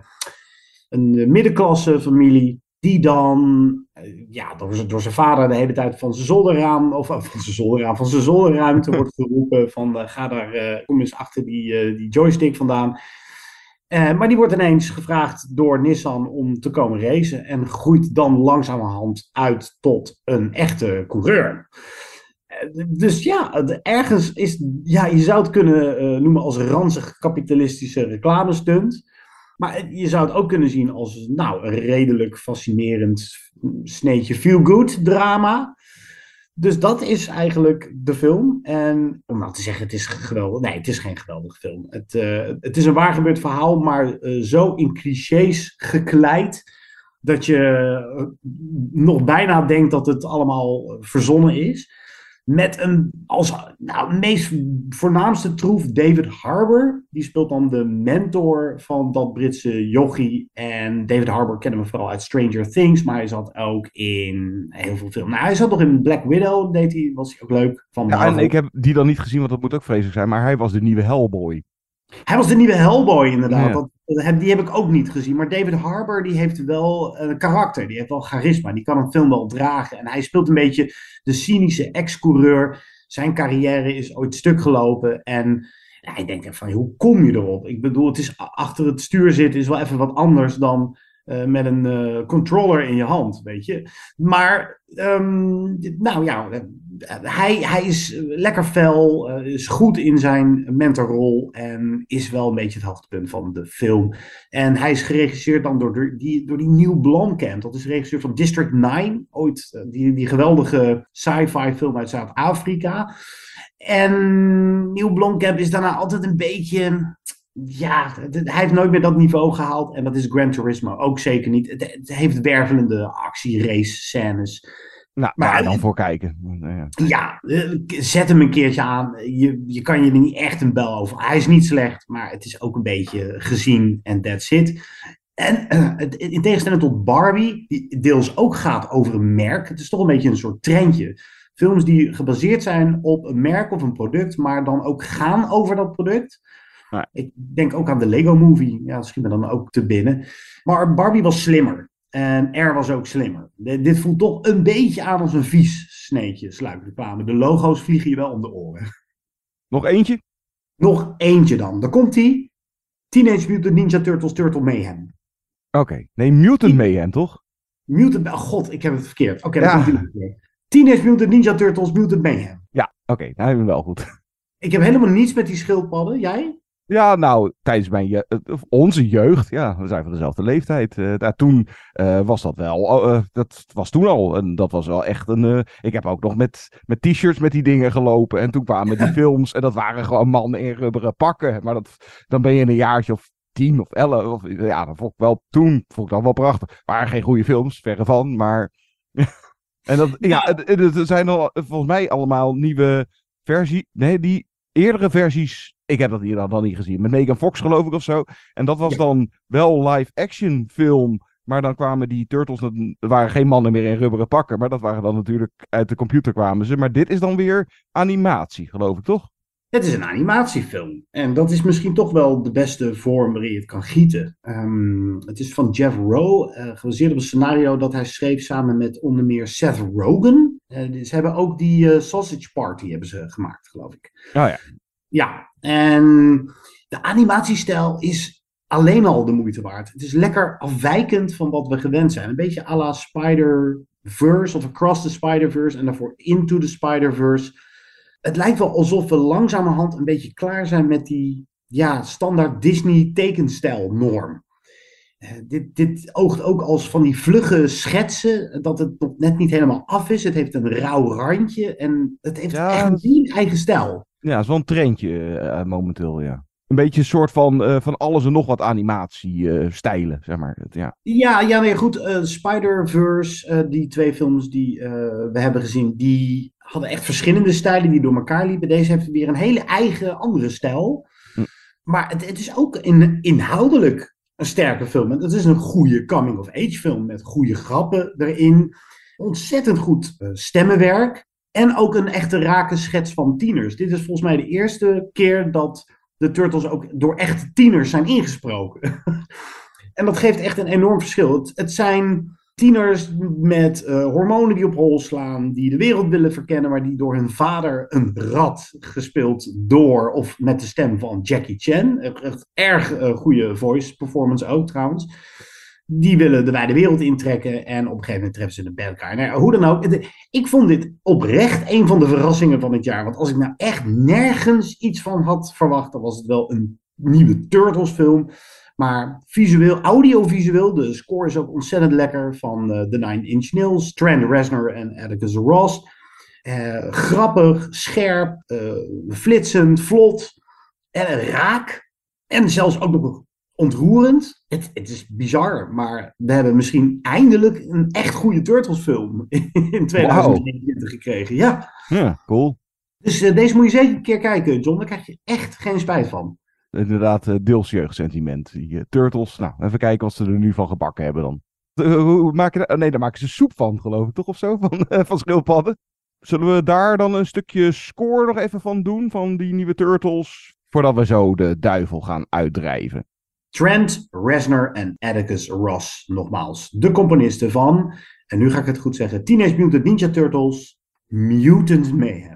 een middenklasse familie, die dan ja, door, door zijn vader de hele tijd van zijn zolderraam, of van zijn zolderraam, van zijn zolderruimte wordt geroepen van uh, ga daar, uh, kom eens achter die, uh, die joystick vandaan. Uh, maar die wordt ineens gevraagd door Nissan om te komen racen en groeit dan langzamerhand uit tot een echte coureur. Uh, dus ja, ergens is, ja, je zou het kunnen uh, noemen als ranzig kapitalistische reclamestunt. Maar je zou het ook kunnen zien als nou, een redelijk fascinerend sneetje feel-good drama. Dus dat is eigenlijk de film. En om nou te zeggen, het is geweldig. Nee, het is geen geweldige film. Het, uh, het is een waar gebeurd verhaal, maar uh, zo in clichés gekleid dat je uh, nog bijna denkt dat het allemaal verzonnen is. Met een, als nou, meest voornaamste troef, David Harbour. Die speelt dan de mentor van dat Britse jochie. En David Harbour kennen we vooral uit Stranger Things. Maar hij zat ook in heel veel films. Nou, hij zat nog in Black Widow, deed hij, was hij ook leuk. Van ja, en ik heb die dan niet gezien, want dat moet ook vreselijk zijn. Maar hij was de nieuwe Hellboy. Hij was de nieuwe Hellboy, inderdaad. Ja. Dat, die heb ik ook niet gezien. Maar David Harbour, die heeft wel een karakter. Die heeft wel charisma. Die kan een film wel dragen. En hij speelt een beetje de cynische ex-coureur. Zijn carrière is ooit stuk gelopen. En ja, ik denk van, hoe kom je erop? Ik bedoel, het is achter het stuur zitten is wel even wat anders dan uh, met een uh, controller in je hand, weet je. Maar, um, nou ja, hij, hij is lekker fel, uh, is goed in zijn mentorrol en is wel een beetje het hoofdpunt van de film. En hij is geregisseerd dan door die, door die Neil Blomkamp. Dat is de regisseur van District nine, ooit uh, die, die geweldige sci-fi film uit Zuid-Afrika. En Neil Blomkamp is daarna altijd een beetje, ja, hij heeft nooit meer dat niveau gehaald. En dat is Gran Turismo ook zeker niet. Het, het heeft wervelende actie-race-scènes. Nou, Maar- maar dan voor kijken. Ja. Ja, eh, zet hem een keertje aan. Je, je kan je er niet echt een bel over. Hij is niet slecht, maar het is ook een beetje gezien en that's it. En eh, het- in tegenstelling tot Barbie, die deels ook gaat over een merk. Het is toch een beetje een soort trendje. Films die gebaseerd zijn op een merk of een product, maar dan ook gaan over dat product. Ja. Ik denk ook aan de Lego Movie. Ja, dat schiet me dan ook te binnen. Maar Barbie was slimmer. En Air was ook slimmer. D- dit voelt toch een beetje aan als een vies sneetje sluipreclame. De logo's vliegen je wel om de oren. Nog eentje? Nog eentje dan. Daar komt die. Teenage Mutant Ninja Turtles Turtle Mayhem. Oké. Nee, Mutant Mayhem, toch? Mutant... Oh god, ik heb het verkeerd. Oké, dan Ja. komt die nog een keer. Teenage Mutant Ninja Turtles Mutant Mayhem. Ja, oké. nou hebben we wel goed. Ik heb helemaal niets met die schildpadden. Jij? Ja, nou, tijdens mijn je- eh, of onze jeugd, ja, we zijn van dezelfde leeftijd. eh, daar toen eh, was dat wel, eh, dat was toen al. En dat was wel echt een, eh, ik heb ook nog met, met t-shirts met die dingen gelopen. En toen kwamen die films en dat waren gewoon mannen in rubberen pakken. Maar dat, dan ben je in een jaartje of tien of elf. Of, ja, dat vond ik wel, toen vond ik dat wel prachtig. Waren geen goede films, verre van, maar... en dat, ja, het, het, het zijn al, volgens mij allemaal nieuwe versie, nee, die eerdere versies. Ik heb dat hier dan, dan niet gezien. Met Megan Fox geloof ik of zo. En dat was Ja. dan wel live-action film. Maar dan kwamen die Turtles... Er waren geen mannen meer in rubberen pakken. Maar dat waren dan natuurlijk... Uit de computer kwamen ze. Maar dit is dan weer animatie, geloof ik, toch? Het is een animatiefilm. En dat is misschien toch wel de beste vorm waarin je het kan gieten. Ehm, het is van Jeff Rowe, eh, gebaseerd op een scenario dat hij schreef samen met onder meer Seth Rogen. Eh, ze hebben ook die eh, Sausage Party hebben ze gemaakt, geloof ik. Oh ja. Ja, en de animatiestijl is alleen al de moeite waard. Het is lekker afwijkend van wat we gewend zijn. Een beetje à la Spider-Verse of Across the Spider-Verse en daarvoor Into the Spider-Verse. Het lijkt wel alsof we langzamerhand een beetje klaar zijn met die ja, standaard Disney tekenstijl-norm. Uh, dit, dit oogt ook als van die vlugge schetsen, dat het nog net niet helemaal af is. Het heeft een rauw randje en het heeft Ja, echt dat- een eigen stijl. Ja, het is wel een trendje eh, momenteel, ja. Een beetje een soort van, eh, van alles en nog wat animatie-stijlen, zeg maar. Het, ja. Ja, ja, nee, goed. eh, Spider-Verse, eh, die twee films die eh, we hebben gezien, die hadden echt verschillende stijlen die door elkaar liepen. Deze heeft weer een hele eigen andere stijl. Hm. Maar het, het is ook in, inhoudelijk een sterke film. Het is een goede coming-of-age film met goede grappen erin. Ontzettend goed eh, stemmenwerk. En ook een echte rake schets van tieners. Dit is volgens mij de eerste keer dat de Turtles ook door echte tieners zijn ingesproken. En dat geeft echt een enorm verschil. Het, het zijn tieners met uh, hormonen die op hol slaan, die de wereld willen verkennen, maar die door hun vader een rat, gespeeld door of met de stem van Jackie Chan, echt erg uh, goede voice performance ook trouwens, die willen de wijde wereld intrekken en op een gegeven moment treffen ze de bad guy. Nou, hoe dan ook, het, ik vond dit oprecht een van de verrassingen van het jaar, want als ik nou echt nergens iets van had verwacht, dan was het wel een nieuwe Turtles film. Maar visueel, audiovisueel, de score is ook ontzettend lekker van uh, The Nine Inch Nails, Trent Reznor en Atticus Ross. Uh, grappig, scherp, uh, flitsend, vlot en raak. En zelfs ook nog ontroerend. Het, het is bizar, maar we hebben misschien eindelijk een echt goede Turtles film in tweeduizend eenentwintig wow. gekregen. Ja, ja cool. Dus uh, deze moet je zeker een keer kijken, John. Daar krijg je echt geen spijt van. Inderdaad, uh, deels jeugdsentiment. Die uh, Turtles, nou, even kijken wat ze er nu van gebakken hebben dan. Uh, hoe maak je dat? Oh, nee, daar maken ze soep van, geloof ik, toch? Of zo, van, uh, van schildpadden. Zullen we daar dan een stukje score nog even van doen, van die nieuwe Turtles, voordat we zo de duivel gaan uitdrijven? Trent Reznor en Atticus Ross, nogmaals, de componisten van, en nu ga ik het goed zeggen, Teenage Mutant Ninja Turtles, Mutant Mayhem.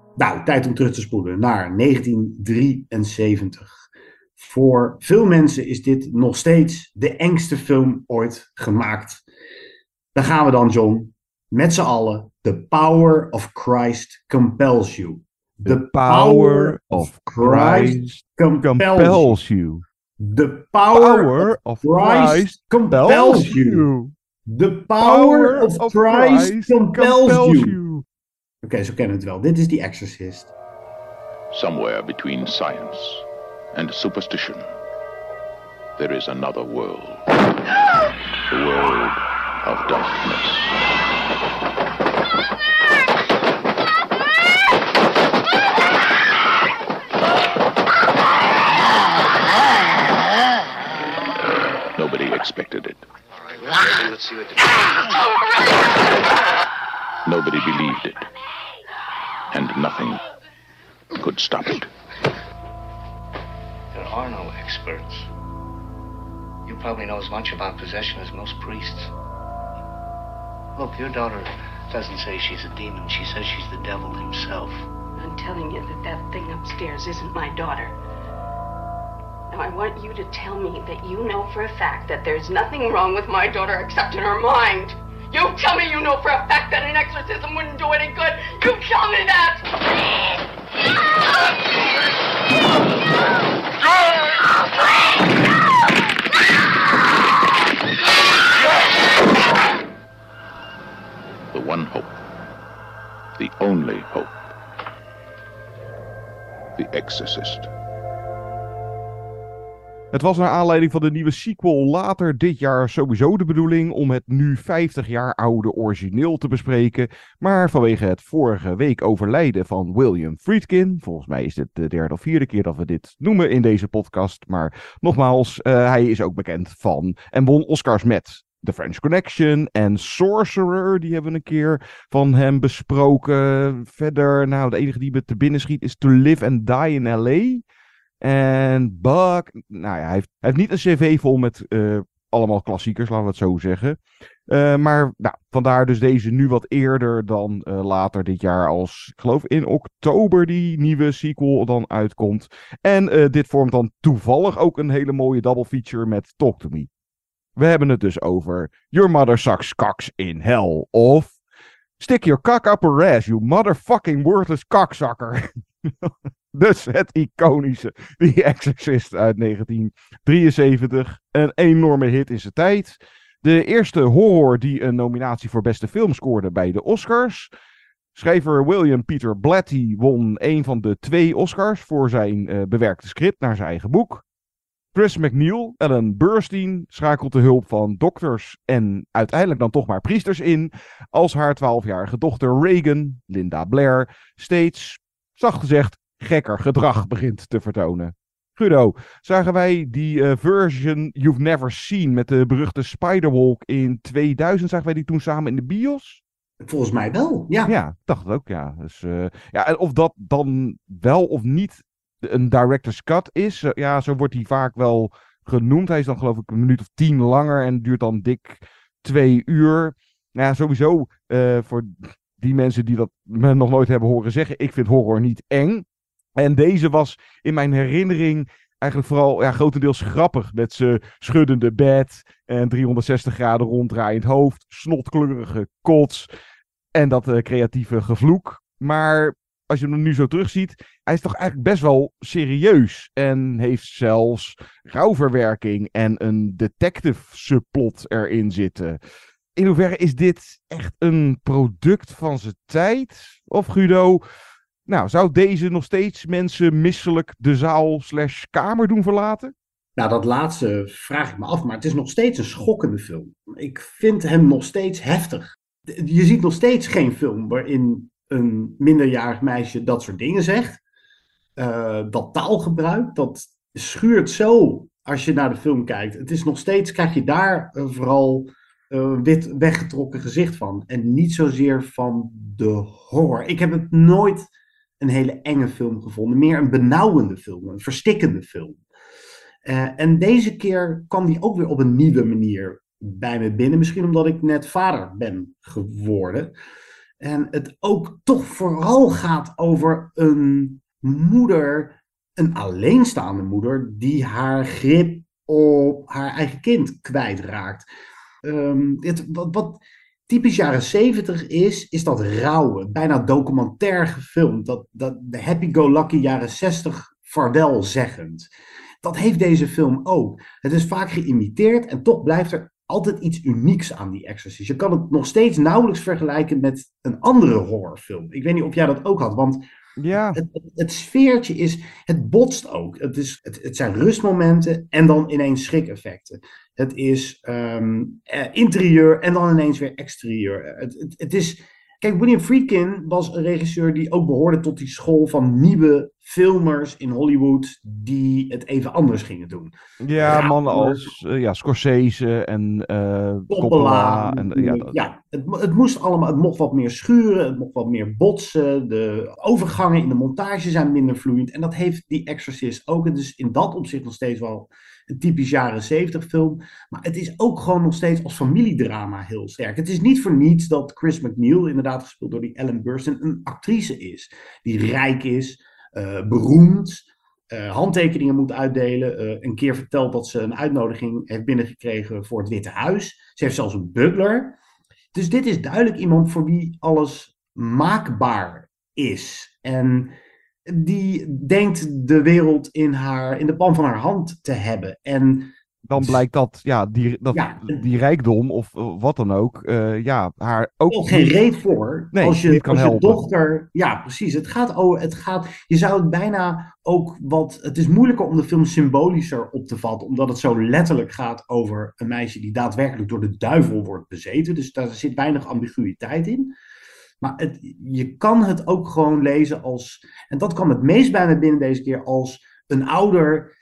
Nou, tijd om terug te spoelen naar negentien drieënzeventig. Voor veel mensen is dit nog steeds de engste film ooit gemaakt. Daar gaan we dan, John. Met z'n allen. The power of Christ compels you. The, the power, power of Christ, Christ compels, compels you. The power, power of Christ, Christ compels you. you. The power of, of Christ, Christ compels, compels you. you. Oké, okay, zo kennen we het wel. Dit is The Exorcist. Somewhere between science and superstition, there is another world. The world of darkness. Nobody expected it. Let's see what the... Nobody believed it. And nothing could stop it. There are no experts. You probably know as much about possession as most priests. Look, your daughter doesn't say she's a demon. She says she's the devil himself. I'm telling you that that thing upstairs isn't my daughter. Now, I want you to tell me that you know for a fact that there's nothing wrong with my daughter except in her mind. You tell me you know for a fact that an exorcism wouldn't do any good. You tell me that! The one hope. The only hope. The Exorcist. Het was naar aanleiding van de nieuwe sequel later dit jaar sowieso de bedoeling om het nu vijftig jaar oude origineel te bespreken. Maar vanwege het vorige week overlijden van William Friedkin, volgens mij is dit de derde of vierde keer dat we dit noemen in deze podcast. Maar nogmaals, uh, hij is ook bekend van en won Oscars met The French Connection en Sorcerer. Die hebben we een keer van hem besproken. Verder, nou de enige die me te binnen schiet is To Live and Die in L A. En Buck, nou ja, hij heeft, hij heeft niet een cv vol met uh, allemaal klassiekers, laten we het zo zeggen. Uh, maar nou, vandaar dus deze nu wat eerder dan uh, later dit jaar als, ik geloof in oktober die nieuwe sequel dan uitkomt. En uh, dit vormt dan toevallig ook een hele mooie double feature met Talk to Me. We hebben het dus over Your Mother Sucks Cocks in Hell of Stick Your Cock Up Her Ass, You Motherfucking Worthless Cocksucker. Dus het iconische The Exorcist uit negentien drieënzeventig. Een enorme hit in zijn tijd. De eerste horror die een nominatie voor beste film scoorde bij de Oscars. Schrijver William Peter Blatty won een van de twee Oscars voor zijn uh, bewerkte script naar zijn eigen boek. Chris MacNeil, Ellen Burstyn, schakelt de hulp van dokters en uiteindelijk dan toch maar priesters in, als haar twaalfjarige dochter Regan, Linda Blair, steeds, zacht gezegd, gekker gedrag begint te vertonen. Guido, zagen wij die uh, version You've Never Seen met de beruchte Spiderwalk in tweeduizend, zagen wij die toen samen in de bios? Volgens mij wel, ja. Ja, ik dacht het ook, ja. Dus, uh, ja. En of dat dan wel of niet een director's cut is, uh, ja, zo wordt hij vaak wel genoemd. Hij is dan geloof ik een minuut of tien langer en duurt dan dik twee uur. Nou ja, sowieso uh, voor die mensen die dat me nog nooit hebben horen zeggen, ik vind horror niet eng. En deze was in mijn herinnering eigenlijk vooral ja, grotendeels grappig. Met zijn schuddende bed en driehonderdzestig graden ronddraaiend hoofd. Snotkleurige kots en dat uh, creatieve gevloek. Maar als je hem nu zo terugziet, hij is toch eigenlijk best wel serieus. En heeft zelfs rouwverwerking en een detective subplot erin zitten. In hoeverre is dit echt een product van zijn tijd? Of Guido, nou, zou deze nog steeds mensen misselijk de zaal slash kamer doen verlaten? Nou, dat laatste vraag ik me af, maar het is nog steeds een schokkende film. Ik vind hem nog steeds heftig. Je ziet nog steeds geen film waarin een minderjarig meisje dat soort dingen zegt. Uh, dat taalgebruik, dat schuurt zo als je naar de film kijkt. Het is nog steeds, krijg je daar uh, vooral uh, wit weggetrokken gezicht van. En niet zozeer van de horror. Ik heb het nooit een hele enge film gevonden. Meer een benauwende film, een verstikkende film. Uh, en deze keer kwam die ook weer op een nieuwe manier bij me binnen. Misschien omdat ik net vader ben geworden. En het ook toch vooral gaat over een moeder, een alleenstaande moeder, die haar grip op haar eigen kind kwijtraakt. Um, het, wat, wat typisch jaren zeventig is, is dat rauwe, bijna documentair gefilmd. Dat, dat de happy-go-lucky jaren zestig vaarwelzeggend. Dat heeft deze film ook. Het is vaak geïmiteerd en toch blijft er altijd iets unieks aan die Exorcist. Je kan het nog steeds nauwelijks vergelijken met een andere horrorfilm. Ik weet niet of jij dat ook had, want ja. het, het, het sfeertje is, het botst ook. Het, is, het, het zijn rustmomenten en dan ineens schrikeffecten. Het is um, eh, interieur en dan ineens weer exterieur. Het, het, het is... Kijk, William Friedkin was een regisseur die ook behoorde tot die school van nieuwe filmers in Hollywood die het even anders gingen doen. Ja, Rauw, mannen als uh, ja, Scorsese en uh, Coppola. En, en, ja, dat... ja het, het moest allemaal, het mocht wat meer schuren, het mocht wat meer botsen. De overgangen in de montage zijn minder vloeiend. En dat heeft die Exorcist ook. Het is in dat opzicht nog steeds wel een typisch jaren zeventig film. Maar het is ook gewoon nog steeds als familiedrama heel sterk. Het is niet voor niets dat Chris MacNeil, inderdaad gespeeld door die Ellen Burstyn, een actrice is. Die rijk is, uh, beroemd, uh, handtekeningen moet uitdelen. Uh, een keer verteld dat ze een uitnodiging heeft binnengekregen voor het Witte Huis. Ze heeft zelfs een butler. Dus dit is duidelijk iemand voor wie alles maakbaar is. En die denkt de wereld in, haar, in de palm van haar hand te hebben. En dan blijkt dat, ja, die, dat, ja, die rijkdom of wat dan ook, uh, ja, haar ook... ook geen reet voor. Nee, als je, niet kan als je helpen. dochter... Ja, precies. Het gaat over... Het gaat, je zou het bijna ook wat... Het is moeilijker om de film symbolischer op te vatten, omdat het zo letterlijk gaat over een meisje die daadwerkelijk door de duivel wordt bezeten. Dus daar zit weinig ambiguïteit in. Maar het, je kan het ook gewoon lezen als... En dat kwam het meest bij me binnen deze keer als een ouder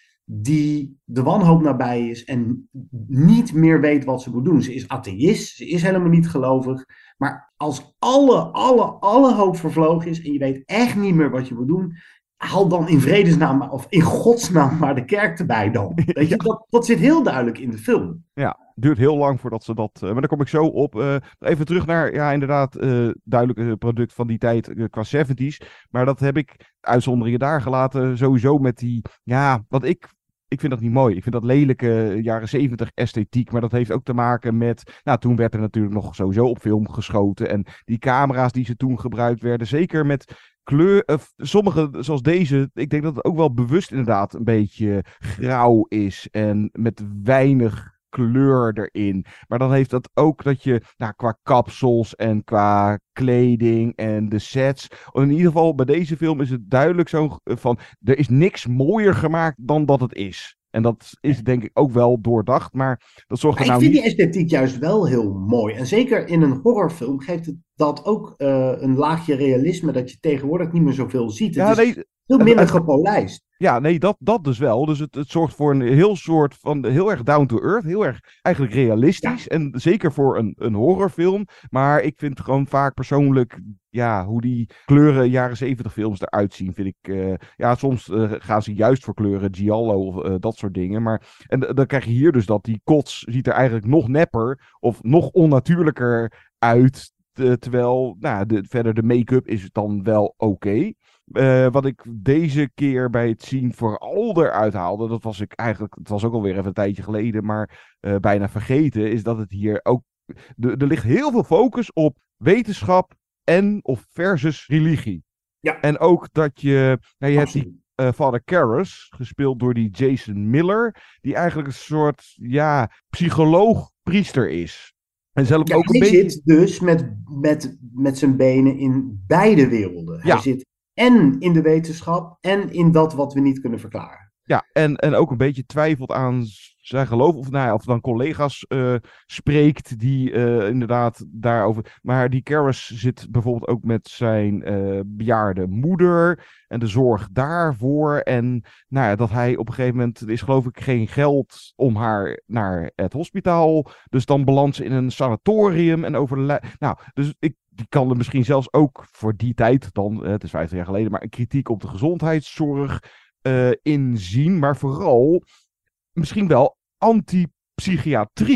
die de wanhoop nabij is en niet meer weet wat ze moet doen. Ze is atheïst, ze is helemaal niet gelovig. Maar als alle, alle, alle hoop vervlogen is en je weet echt niet meer wat je moet doen, haal dan in vredesnaam of in godsnaam maar de kerk erbij dan. Weet je, ja. dat, dat zit heel duidelijk in de film. Ja, duurt heel lang voordat ze dat... Uh, maar daar kom ik zo op. Uh, even terug naar, ja, inderdaad, uh, duidelijk uh, product van die tijd uh, qua zeventies. Maar dat heb ik uitzonderingen daar gelaten. Sowieso met die, ja, wat ik... Ik vind dat niet mooi. Ik vind dat lelijke jaren zeventig esthetiek. Maar dat heeft ook te maken met... Nou, toen werd er natuurlijk nog sowieso op film geschoten. En die camera's die ze toen gebruikt werden. Zeker met kleur... Uh, sommige, zoals deze... Ik denk dat het ook wel bewust inderdaad een beetje grauw is. En met weinig kleur erin. Maar dan heeft dat ook dat je... Nou, qua kapsels en qua kleding en de sets. In ieder geval bij deze film is het duidelijk zo van... Er is niks mooier gemaakt dan dat het is. En dat is denk ik ook wel doordacht, maar dat zorgt er maar nou ik niet... vind die esthetiek juist wel heel mooi. En zeker in een horrorfilm geeft het dat ook uh, een laagje realisme dat je tegenwoordig niet meer zoveel ziet. Het Ja, is nee, veel minder gepolijst. Ja, nee, dat, dat dus wel. Dus het, het zorgt voor een heel soort van, heel erg down to earth, heel erg eigenlijk realistisch. Ja. En zeker voor een, een horrorfilm. Maar ik vind gewoon vaak persoonlijk, ja, hoe die kleuren jaren zeventig films eruit zien, vind ik, uh, ja, soms uh, gaan ze juist voor kleuren, giallo of uh, dat soort dingen. Maar, en dan krijg je hier dus dat die kots ziet er eigenlijk nog nepper of nog onnatuurlijker uit. Uh, terwijl, nou, de, verder de make-up is dan wel oké. Okay. Uh, wat ik deze keer bij het zien vooral eruit haalde, dat was ik eigenlijk, het was ook alweer even een tijdje geleden, maar uh, bijna vergeten, is dat het hier ook, de, er ligt heel veel focus op wetenschap en of versus religie. Ja. En ook dat je, nou, je hebt die uh, Father Karras, gespeeld door die Jason Miller, die eigenlijk een soort, ja, psycholoog-priester is. En zelf ja, ook een hij beetje... zit dus met, met, met zijn benen in beide werelden. Hij ja. zit en in de wetenschap en in dat wat we niet kunnen verklaren. Ja, en, en ook een beetje twijfelt aan zijn geloof. Of, nou ja, of dan collega's uh, spreekt die uh, inderdaad daarover... Maar die Karras zit bijvoorbeeld ook met zijn uh, bejaarde moeder. En de zorg daarvoor. En nou ja, dat hij op een gegeven moment... Er is geloof ik geen geld om haar naar het hospitaal. Dus dan belandt ze in een sanatorium en overlijdt. Nou, dus ik... Die kan er misschien zelfs ook voor die tijd dan, het is vijftig jaar geleden, maar een kritiek op de gezondheidszorg uh, inzien. Maar vooral misschien wel anti-psychiatrie.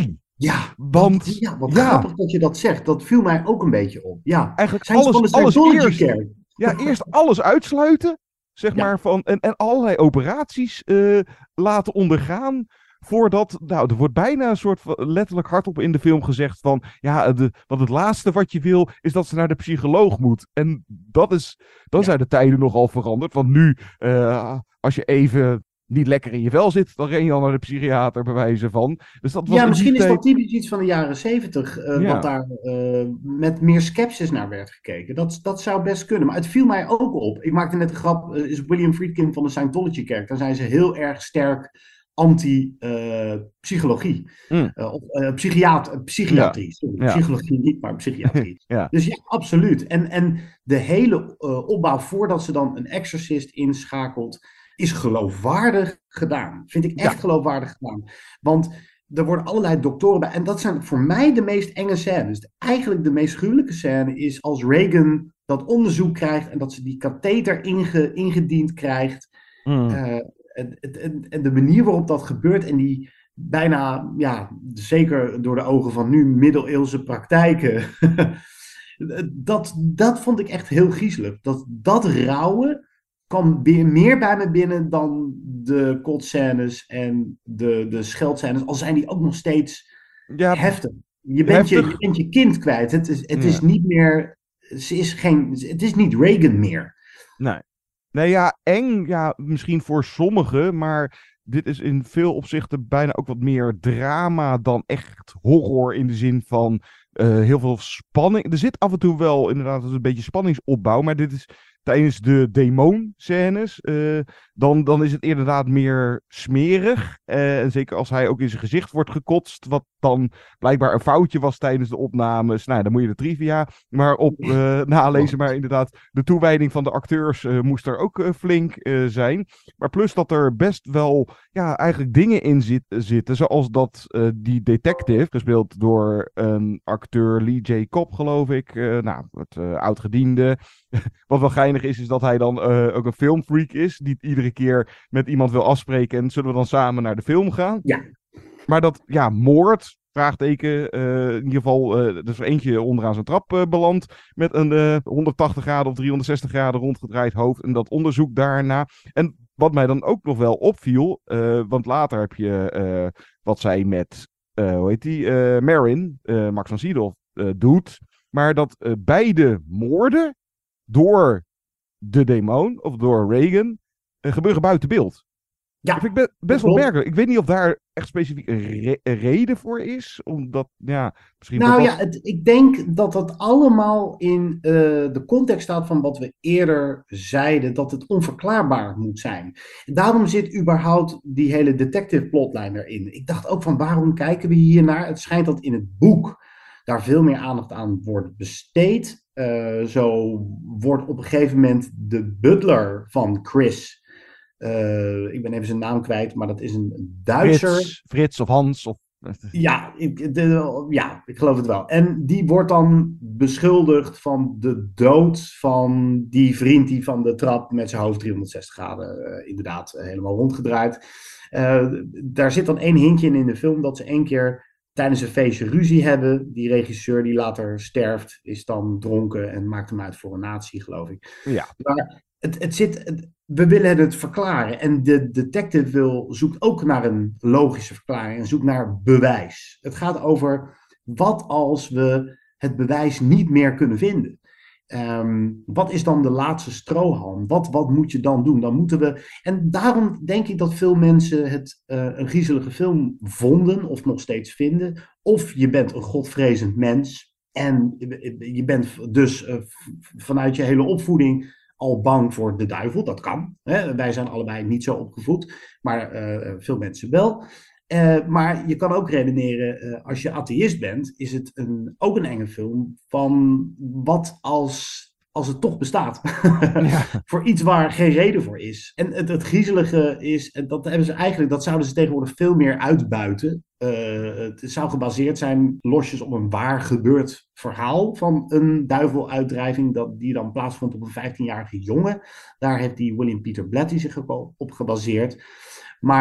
Ja, Want, dat, ja wat ja. grappig dat je dat zegt. Dat viel mij ook een beetje op. Ja, Eigenlijk zijn ze alles, van de alles Scientology eerst. kerk? Ja, eerst alles uitsluiten. Zeg Ja. maar van. En, en allerlei operaties eh, laten ondergaan. Voordat. Nou, er wordt bijna een soort van, letterlijk hardop in de film gezegd van. Ja, de, want het laatste wat je wil. Is dat ze naar de psycholoog moet. En dat is. Dan Ja. zijn de tijden nogal veranderd. Want nu. eh, als je even. Niet lekker in je vel zit, dan ren je al naar de psychiater bij wijze van. Dus dat was Ja, in misschien die is tijd... dat typisch iets van de jaren zeventig, uh, Ja. dat daar uh, met meer sceptisch naar werd gekeken. Dat, dat zou best kunnen. Maar het viel mij ook op. Ik maakte net een grap, uh, is William Friedkin van de Scientology-kerk. Daar zijn ze heel erg sterk anti-psychologie. Uh, mm. uh, of uh, psychiat- psychiatrie. Ja. Sorry, ja. Psychologie niet, maar psychiatrie. ja. Dus ja, absoluut. En, en de hele uh, opbouw voordat ze dan een exorcist inschakelt, is geloofwaardig gedaan. Vind ik echt ja. geloofwaardig gedaan. Want er worden allerlei doktoren bij. En dat zijn voor mij de meest enge scènes. Eigenlijk de meest gruwelijke scène is als Reagan dat onderzoek krijgt en dat ze die katheter inge, ingediend krijgt. Mm. Uh, en, en, en de manier waarop dat gebeurt en die bijna, ja, zeker door de ogen van nu, middeleeuwse praktijken. dat, dat vond ik echt heel griezelig. Dat, dat rauwe kwam weer meer bij me binnen dan de kotscènes en de, de scheldscènes. Al zijn die ook nog steeds ja, heftig. Je bent, heftig. Je, je bent je kind kwijt. Het is, het ja. is niet meer... Ze is geen, het is niet Reagan meer. Nee. Nee, ja, eng. Ja, misschien voor sommigen. Maar dit is in veel opzichten bijna ook wat meer drama dan echt horror. In de zin van uh, heel veel spanning. Er zit af en toe wel inderdaad een beetje spanningsopbouw. Maar dit is... Tijdens de demon-scènes, uh, dan, dan is het inderdaad meer smerig. Uh, en zeker als hij ook in zijn gezicht wordt gekotst, wat dan blijkbaar een foutje was tijdens de opnames. Nou, dan moet je de trivia maar op uh, nalezen. Maar inderdaad, de toewijding van de acteurs uh, moest er ook uh, flink uh, zijn. Maar plus dat er best wel, ja, eigenlijk dingen in zit, zitten. Zoals dat uh, die detective, gespeeld door een acteur Lee J. Cobb, geloof ik. Uh, nou, het uh, oudgediende. Wat wel geinig is, is dat hij dan uh, ook een filmfreak is. Die iedere keer met iemand wil afspreken. En zullen we dan samen naar de film gaan? Ja. Maar dat, ja, moord, vraagteken. Uh, in ieder geval, uh, er is er eentje onderaan zijn trap uh, beland. Met een uh, honderdtachtig graden of driehonderdzestig graden rondgedraaid hoofd. En dat onderzoek daarna. En wat mij dan ook nog wel opviel. Uh, want later heb je uh, wat zij met, uh, hoe heet die? Uh, Marin, uh, Max van Sydow, uh, doet. Maar dat uh, beide moorden door de demon, of door Reagan, uh, gebeuren buiten beeld. Ja, dat vind ik be- best wel merkelijk. Ik weet niet of daar echt specifiek een, re- een reden voor is. Omdat, ja, misschien... Nou dat ja, het, ik denk dat dat allemaal in uh, de context staat van wat we eerder zeiden, dat het onverklaarbaar moet zijn. Daarom zit überhaupt die hele detective plotlijn erin. Ik dacht ook van, waarom kijken we hier naar? Het schijnt dat in het boek daar veel meer aandacht aan wordt besteed. Uh, zo wordt op een gegeven moment de butler van Chris, uh, ik ben even zijn naam kwijt, maar dat is een Duitser. Frits, Frits of Hans. Of... Ja, ik, de, ja, ik geloof het wel. En die wordt dan beschuldigd van de dood van die vriend die van de trap met zijn hoofd driehonderdzestig graden uh, inderdaad uh, helemaal rondgedraaid. Uh, daar zit dan één hintje in in de film dat ze één keer tijdens een feestje ruzie hebben. Die regisseur die later sterft, is dan dronken en maakt hem uit voor een nazi, geloof ik. Ja. Maar het, het zit, het, we willen het verklaren. En de detective wil, zoekt ook naar een logische verklaring en zoekt naar bewijs. Het gaat over wat als we het bewijs niet meer kunnen vinden. Um, wat is dan de laatste strohalm? Wat, wat moet je dan doen? Dan moeten we... En daarom denk ik dat veel mensen het uh, een griezelige film vonden, of nog steeds vinden. Of je bent een godvrezend mens en je bent dus uh, vanuit je hele opvoeding al bang voor de duivel. Dat kan. Hè? Wij zijn allebei niet zo opgevoed, maar uh, veel mensen wel. Uh, maar je kan ook redeneren, uh, als je atheïst bent, is het een, ook een enge film van wat als, als het toch bestaat. Ja. Voor iets waar geen reden voor is. En het, het griezelige is, en dat hebben ze eigenlijk, dat zouden ze tegenwoordig veel meer uitbuiten. Uh, het zou gebaseerd zijn losjes op een waar gebeurd verhaal van een duiveluitdrijving dat, die dan plaatsvond op een vijftienjarige jongen. Daar heeft die William Peter Blatty zich op gebaseerd. Maar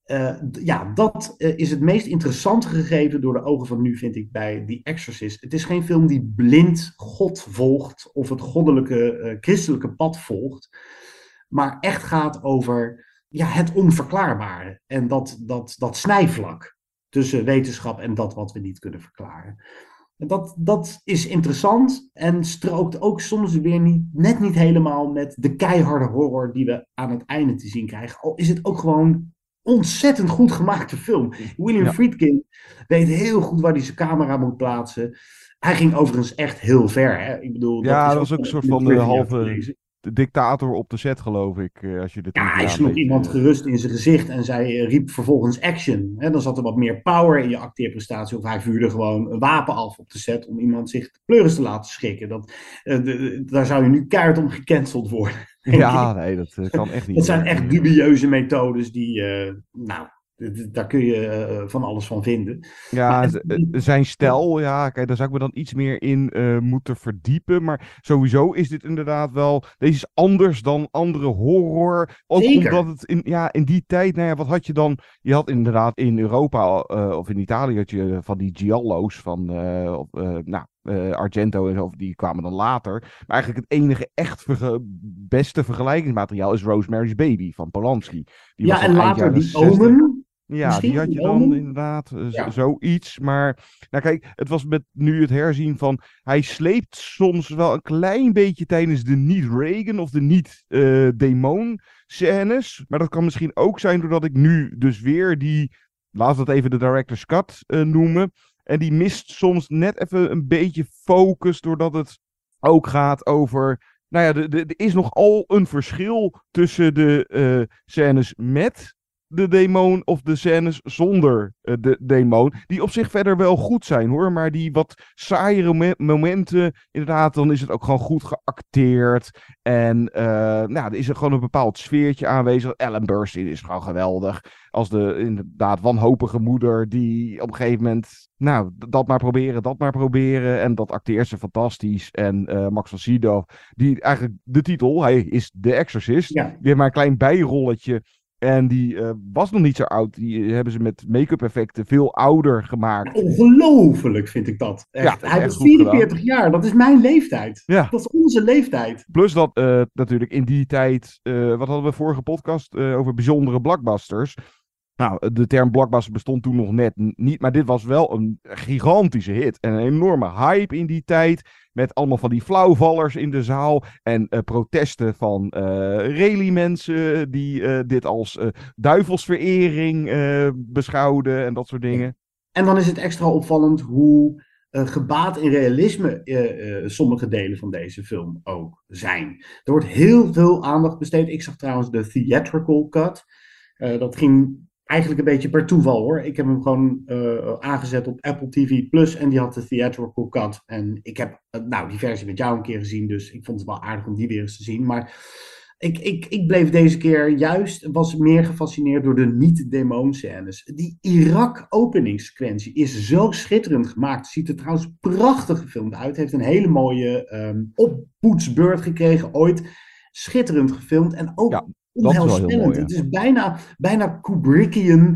Uh, ja, dat uh, is het meest interessante gegeven door de ogen van nu, vind ik, bij The Exorcist. Het is geen film die blind God volgt of het goddelijke, uh, christelijke pad volgt, maar echt gaat over ja, het onverklaarbare en dat, dat, dat snijvlak tussen wetenschap en dat wat we niet kunnen verklaren. En dat, dat is interessant en strookt ook soms weer niet, net niet helemaal met de keiharde horror die we aan het einde te zien krijgen. Al is het ook gewoon ontzettend goed gemaakte film. William ja. Friedkin weet heel goed waar hij zijn camera moet plaatsen. Hij ging overigens echt heel ver. Hè? Ik bedoel, ja, dat, dat was ook een soort van de halve de dictator op de set, geloof ik. Als je dit ja, hij sloeg iemand gerust in zijn gezicht en zij riep vervolgens action. Hè? Dan zat er wat meer power in je acteerprestatie. Of hij vuurde gewoon een wapen af op de set om iemand zich de pleuris te laten schrikken. Dat, uh, de, de, daar zou je nu keihard om gecanceld worden. Ja, nee, dat uh, kan echt niet. Dat zijn echt dubieuze methodes die, uh, nou, daar kun je uh, van alles van vinden. Ja, maar, zijn stijl, ja, kijk, daar zou ik me dan iets meer in uh, moeten verdiepen. Maar sowieso is dit inderdaad wel, deze is anders dan andere horror. Ook Zeker. Omdat het in, ja, in die tijd, nou ja, wat had je dan? Je had inderdaad in Europa uh, of in Italië had je van die giallo's van, uh, of, uh, nou, Uh, Argento en zo, die kwamen dan later. Maar eigenlijk het enige echt verge- beste vergelijkingsmateriaal is Rosemary's Baby van Polanski. Die ja, was en later die Omen. Ja, Misschien die had je dan Omen? inderdaad uh, Ja. z- zoiets. Maar nou kijk, het was met nu het herzien van... Hij sleept soms wel een klein beetje tijdens de niet-Reagan of de niet-demon scènes. Maar dat kan misschien ook zijn doordat ik nu dus weer die... Laten we dat even de director's cut uh, noemen... En die mist soms net even een beetje focus, doordat het ook gaat over... Nou ja, er is nogal een verschil tussen de uh, scènes met de demon of de scènes zonder uh, de demon. Die op zich verder wel goed zijn, hoor. Maar die wat saaiere me- momenten, inderdaad, dan is het ook gewoon goed geacteerd. En uh, nou, er is er gewoon een bepaald sfeertje aanwezig. Ellen Burstyn is gewoon geweldig. Als de inderdaad wanhopige moeder die op een gegeven moment... Nou, dat maar proberen, dat maar proberen. En dat acteert ze fantastisch. En uh, Max von Sydow, die eigenlijk de titel, hij is de Exorcist. Ja. Die heeft maar een klein bijrolletje. En die uh, was nog niet zo oud. Die uh, hebben ze met make-up effecten veel ouder gemaakt. Ongelooflijk vind ik dat. Echt. Ja, hij echt was goed vierenveertig jaar, dat is mijn leeftijd. Ja. Dat is onze leeftijd. Plus dat uh, natuurlijk in die tijd... Uh, wat hadden we vorige podcast uh, over bijzondere blockbusters... Nou, de term blockbuster bestond toen nog net niet, maar dit was wel een gigantische hit. En een enorme hype in die tijd, met allemaal van die flauwvallers in de zaal en uh, protesten van uh, rally-mensen die uh, dit als uh, duivelsverering uh, beschouwden en dat soort dingen. En dan is het extra opvallend hoe uh, gebaat in realisme uh, uh, sommige delen van deze film ook zijn. Er wordt heel veel aandacht besteed. Ik zag trouwens de theatrical cut. Uh, dat ging... Eigenlijk een beetje per toeval, hoor. Ik heb hem gewoon uh, aangezet op Apple T V Plus en die had de theatrical cut. En ik heb uh, nou, die versie met jou een keer gezien, dus ik vond het wel aardig om die weer eens te zien. Maar ik, ik, ik bleef deze keer juist, was meer gefascineerd door de niet-demon-scènes. Die Irak-openingssequentie is zo schitterend gemaakt. Ziet er trouwens prachtig gefilmd uit. Heeft een hele mooie um, oppoetsbeurt gekregen ooit. Schitterend gefilmd en ook... Ja. Onheilspellend. Het is bijna, bijna Kubrickian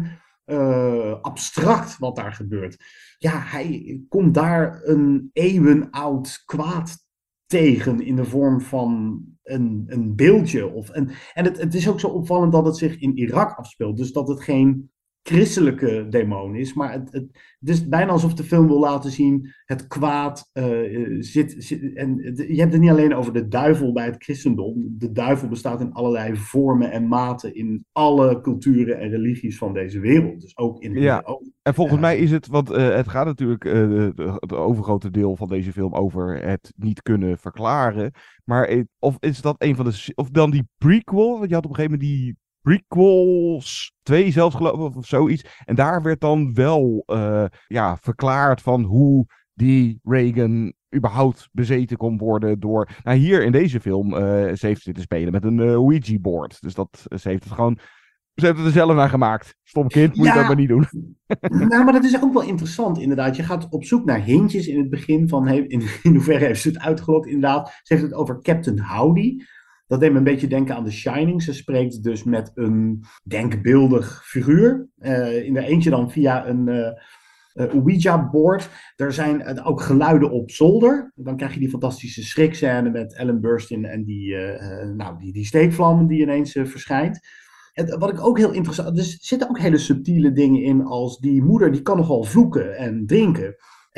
uh, abstract wat daar gebeurt. Ja, hij komt daar een eeuwenoud kwaad tegen in de vorm van een, een beeldje. Of een, en het, het is ook zo opvallend dat het zich in Irak afspeelt. Dus dat het geen christelijke demon is. Maar het, het, het is bijna alsof de film wil laten zien... het kwaad uh, zit... zit en het, je hebt het niet alleen over de duivel bij het christendom. De duivel bestaat in allerlei vormen en maten... in alle culturen en religies van deze wereld. Dus ook in... Ja, ook, en volgens uh, mij is het... Want uh, het gaat natuurlijk... Uh, het overgrote deel van deze film over het niet kunnen verklaren. Maar of is dat een van de... Of dan die prequel? Want je had op een gegeven moment die... prequels, twee zelfs geloof ik, of zoiets. En daar werd dan wel uh, ja, verklaard van hoe die Reagan überhaupt bezeten kon worden door... Nou, hier in deze film, uh, ze heeft zitten spelen met een uh, Ouija-board. Dus dat, ze heeft het gewoon... Ze heeft het er zelf naar gemaakt. Stom kind, moet ja, je dat maar niet doen. Nou, maar dat is ook wel interessant, inderdaad. Je gaat op zoek naar hintjes in het begin van... Hey, in, in hoeverre heeft ze het uitgelokt, inderdaad. Ze heeft het over Captain Howdy. Dat deed me een beetje denken aan The Shining. Ze spreekt dus met een denkbeeldig figuur. Uh, in de eentje dan via een uh, uh, Ouija-board. Er zijn uh, ook geluiden op zolder. Dan krijg je die fantastische schrikscène met Ellen Burstyn en die, uh, uh, nou, die, die steekvlam die ineens uh, verschijnt. En wat ik ook heel interessant... Er zitten ook hele subtiele dingen in als die moeder, die kan nogal vloeken en drinken.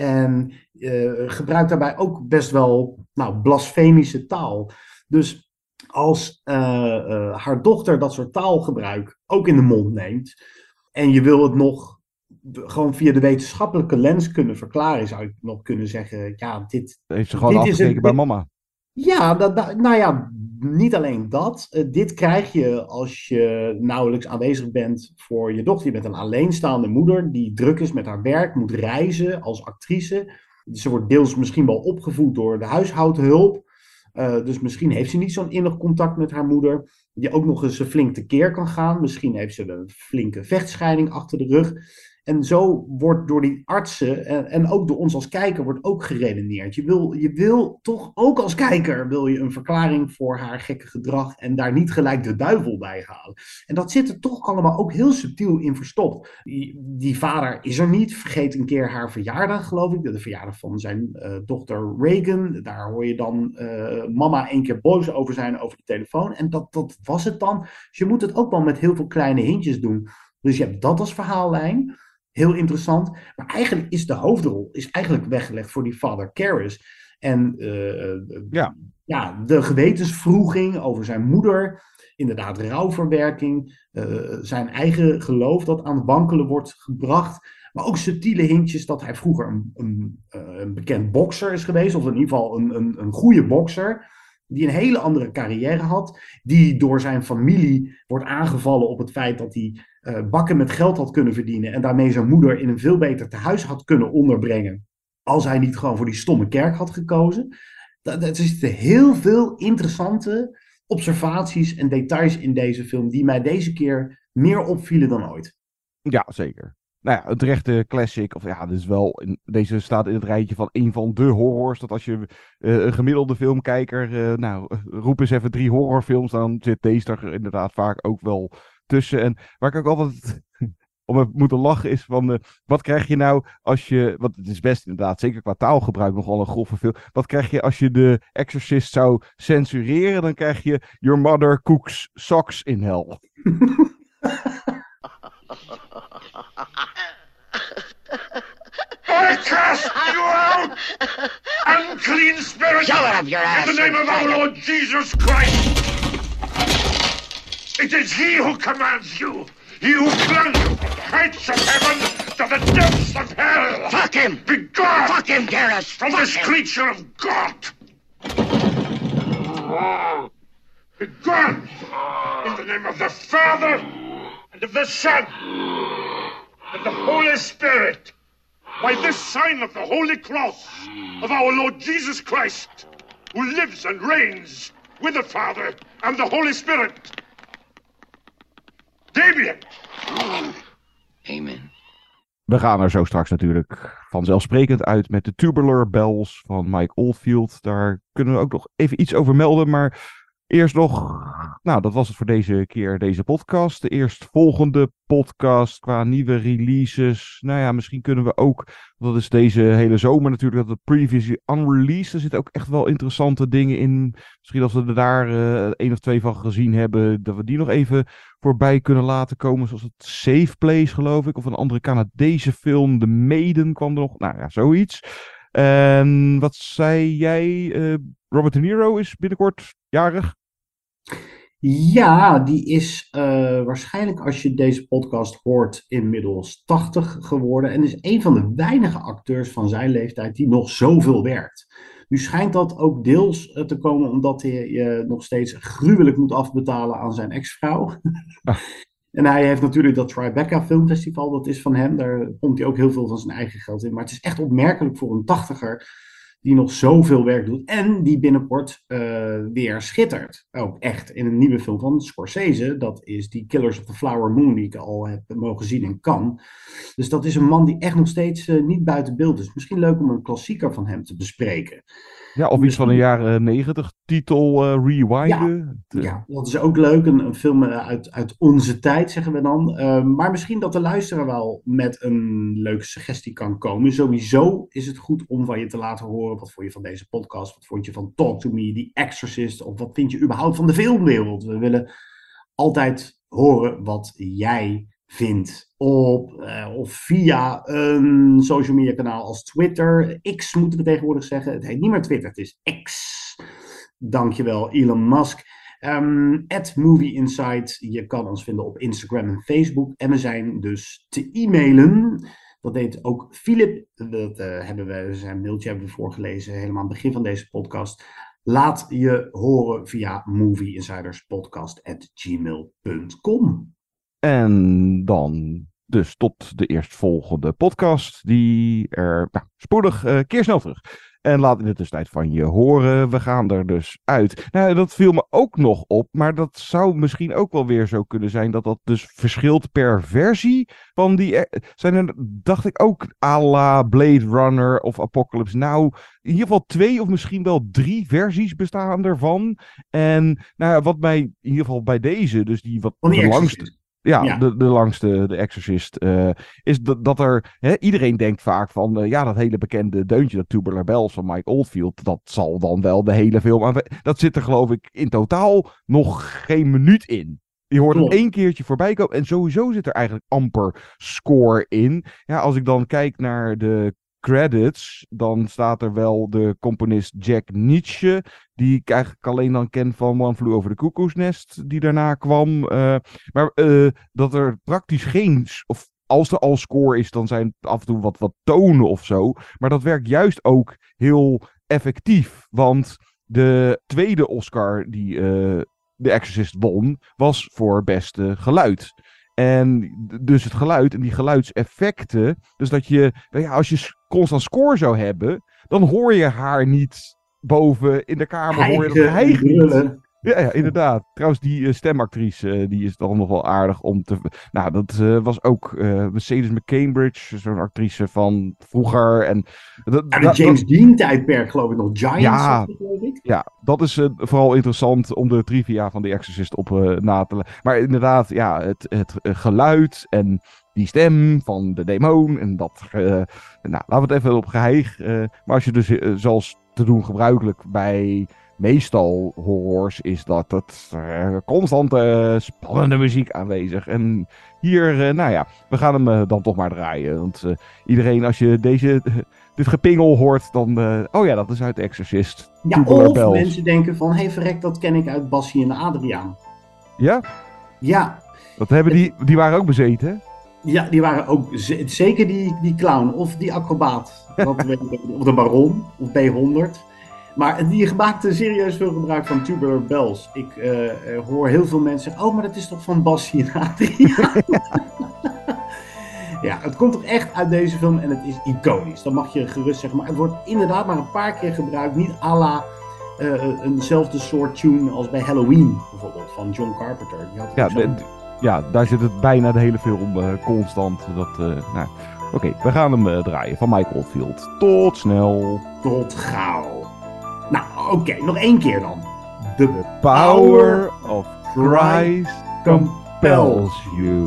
En uh, gebruikt daarbij ook best wel nou, blasfemische taal. Dus als uh, uh, haar dochter dat soort taalgebruik ook in de mond neemt en je wil het nog gewoon via de wetenschappelijke lens kunnen verklaren, zou ik nog kunnen zeggen, ja, dit... Heeft ze gewoon dit afgekeken is bij mama? Ja, dat, dat, nou ja, niet alleen dat. Uh, dit krijg je als je nauwelijks aanwezig bent voor je dochter. Je bent een alleenstaande moeder die druk is met haar werk, moet reizen als actrice. Ze wordt deels misschien wel opgevoed door de huishoudhulp. Uh, dus misschien heeft ze niet zo'n innig contact met haar moeder, die ook nog eens flink tekeer kan gaan. Misschien heeft ze een flinke vechtscheiding achter de rug. En zo wordt door die artsen en, en ook door ons als kijker wordt ook geredeneerd. Je wil, je wil toch ook als kijker wil je een verklaring voor haar gekke gedrag en daar niet gelijk de duivel bij halen. En dat zit er toch allemaal ook heel subtiel in verstopt. Die, die vader is er niet, vergeet een keer haar verjaardag geloof ik, de verjaardag van zijn uh, dochter Reagan. Daar hoor je dan uh, mama één keer boos over zijn over de telefoon en dat, dat was het dan. Dus je moet het ook wel met heel veel kleine hintjes doen. Dus je hebt dat als verhaallijn. Heel interessant. Maar eigenlijk is de hoofdrol is eigenlijk weggelegd voor die Father Karras. En uh, ja. Ja, de gewetenswroeging over zijn moeder. Inderdaad, rouwverwerking. Uh, zijn eigen geloof dat aan het wankelen wordt gebracht. Maar ook subtiele hintjes dat hij vroeger een, een, een bekend bokser is geweest. Of in ieder geval een, een, een goede bokser. Die een hele andere carrière had. Die door zijn familie wordt aangevallen op het feit dat hij uh, bakken met geld had kunnen verdienen. En daarmee zijn moeder in een veel beter tehuis had kunnen onderbrengen. Als hij niet gewoon voor die stomme kerk had gekozen. Er zitten heel veel interessante observaties en details in deze film. Die mij deze keer meer opvielen dan ooit. Ja, zeker. Nou ja, een terechte classic. Of ja, dus wel. In, deze staat in het rijtje van een van de horrors. Dat als je uh, een gemiddelde filmkijker. Uh, nou, roep eens even drie horrorfilms. Dan zit deze er inderdaad vaak ook wel tussen. En waar ik ook altijd om heb moeten lachen is van. Uh, wat krijg je nou als je. Want het is best inderdaad, zeker qua taalgebruik, nogal een grove film. Wat krijg je als je de Exorcist zou censureren? Dan krijg je Your Mother Cooks Socks in Hell. I cast you out, unclean spirit! Shut up, your ass! In the name of our Lord Jesus Christ! It is He who commands you! He who flung you from the heights of heaven to the depths of hell! Fuck him! Be gone! Fuck him, Garrus! From Fuck this him. creature of God! Be gone! In the name of the Father, and of the Son, and the Holy Spirit! By this sign of the Holy Cross of our Lord Jesus Christ, who lives and reigns with the Father and the Holy Spirit. Damien! Amen. We gaan er zo straks natuurlijk vanzelfsprekend uit met de Tubular Bells van Mike Oldfield. Daar kunnen we ook nog even iets over melden, maar eerst nog, nou dat was het voor deze keer, deze podcast. De eerstvolgende podcast qua nieuwe releases. Nou ja, misschien kunnen we ook, dat is deze hele zomer natuurlijk, dat de previously unreleased. Er zitten ook echt wel interessante dingen in. Misschien als we er daar uh, één of twee van gezien hebben, dat we die nog even voorbij kunnen laten komen. Zoals het Safe Place, geloof ik. Of een andere Canadese film, The Maiden kwam er nog. Nou ja, zoiets. En wat zei jij? Uh, Robert De Niro is binnenkort jarig. Ja, die is uh, waarschijnlijk als je deze podcast hoort inmiddels tachtig geworden. En is een van de weinige acteurs van zijn leeftijd die nog zoveel werkt. Nu schijnt dat ook deels uh, te komen omdat hij uh, nog steeds gruwelijk moet afbetalen aan zijn ex-vrouw. Ah. En hij heeft natuurlijk dat Tribeca Filmfestival, dat is van hem. Daar komt hij ook heel veel van zijn eigen geld in. Maar het is echt opmerkelijk voor een tachtiger die nog zoveel werk doet en die binnenkort uh, weer schittert. Ook echt in een nieuwe film van Scorsese. Dat is die Killers of the Flower Moon die ik al heb mogen zien in Cannes. Dus dat is een man die echt nog steeds uh, niet buiten beeld is. Misschien leuk om een klassieker van hem te bespreken. Ja, of iets van een jaren negentig titel uh, rewinden. Ja, ja, dat is ook leuk. Een, een film uit, uit onze tijd, zeggen we dan. Uh, maar misschien dat de luisteraar wel met een leuke suggestie kan komen. Sowieso is het goed om van je te laten horen. Wat vond je van deze podcast? Wat vond je van Talk to Me, The Exorcist? Of wat vind je überhaupt van de filmwereld? We willen altijd horen wat jij vindt. Op, uh, of via een social media kanaal als Twitter. X moeten we tegenwoordig zeggen. Het heet niet meer Twitter, het is X. Dankjewel Elon Musk. Um, at Movie Insight. Je kan ons vinden op Instagram en Facebook. En we zijn dus te e-mailen. Dat deed ook Philip. Dat uh, hebben we, zijn mailtje hebben we voorgelezen. Helemaal aan het begin van deze podcast. Laat je horen via movieinsiderspodcast at gmail punt com. En dan dus tot de eerstvolgende podcast, die er nou, spoedig uh, keer snel terug. En laat in de tussentijd van je horen. We gaan er dus uit. Nou, dat viel me ook nog op, maar dat zou misschien ook wel weer zo kunnen zijn dat dat dus verschilt per versie van die... Zijn er, dacht ik ook, à la Blade Runner of Apocalypse Now, in ieder geval twee of misschien wel drie versies bestaan ervan. En nou, wat mij in ieder geval bij deze, dus die wat de langste... Ja, ja. De, de langste, de Exorcist, uh, is dat, dat er... Hè, iedereen denkt vaak van, uh, ja, dat hele bekende deuntje, dat Tubular Bells van Mike Oldfield, dat zal dan wel de hele film aan... Dat zit er geloof ik in totaal nog geen minuut in. Je hoort hem één keertje voorbij komen en sowieso zit er eigenlijk amper score in. Ja, als ik dan kijk naar de credits, dan staat er wel de componist Jack Nitzsche, die ik eigenlijk alleen dan ken van One Flew Over the Cuckoo's Nest, die daarna kwam. Uh, maar uh, dat er praktisch geen, of als er al score is, dan zijn het af en toe wat, wat tonen of zo. Maar dat werkt juist ook heel effectief, want de tweede Oscar die uh, The Exorcist won, was voor beste geluid. En dus het geluid en die geluidseffecten. Dus dat je, ja, als je constant score zou hebben, dan hoor je haar niet boven in de kamer. Hoor je dat hijgen niet. Ja, ja, inderdaad. Trouwens, die uh, stemactrice, uh, die is dan nog wel aardig om te... Nou, dat uh, was ook uh, Mercedes McCambridge, zo'n actrice van vroeger. En, dat, en de James Dean-tijdperk, geloof ik nog. Giants, ja, dat, geloof ik. Ja, dat is uh, vooral interessant om de trivia van The Exorcist op uh, na te leggen. Maar inderdaad, ja, het, het uh, geluid en die stem van de demon en dat... Uh, nou, laten we het even op geheig. Uh, maar als je dus, uh, zoals te doen gebruikelijk bij... Meestal horrors is dat het uh, constante uh, spannende muziek aanwezig. En hier, uh, nou ja, we gaan hem uh, dan toch maar draaien. Want uh, iedereen, als je deze, uh, dit gepingel hoort, dan... Uh, oh ja, dat is uit The Exorcist. Ja, Tubular of Bells. Mensen denken van, hé hey, verrek, dat ken ik uit Bassie en Adriaan. Ja? Ja. Wat hebben die, die waren ook bezeten? Ja, die waren ook z- zeker die, die clown of die acrobaat. Dat weet ik, of de baron, of B honderd. Maar die maakte serieus veel gebruik van Tubular Bells. Ik uh, hoor heel veel mensen zeggen, oh, maar dat is toch van Bassie en Adriaan? Ja, het komt toch echt uit deze film en het is iconisch. Dat mag je gerust zeggen. Maar het wordt inderdaad maar een paar keer gebruikt. Niet à la uh, eenzelfde soort tune als bij Halloween bijvoorbeeld, van John Carpenter. Die had ja, de, ja, daar zit het bijna de hele film uh, constant. Dat, uh, nou, Oké, okay, we gaan hem uh, draaien van Mike Oldfield. Tot snel. Tot gauw. Nou, oké, okay, nog één keer dan. The power of Christ compels you.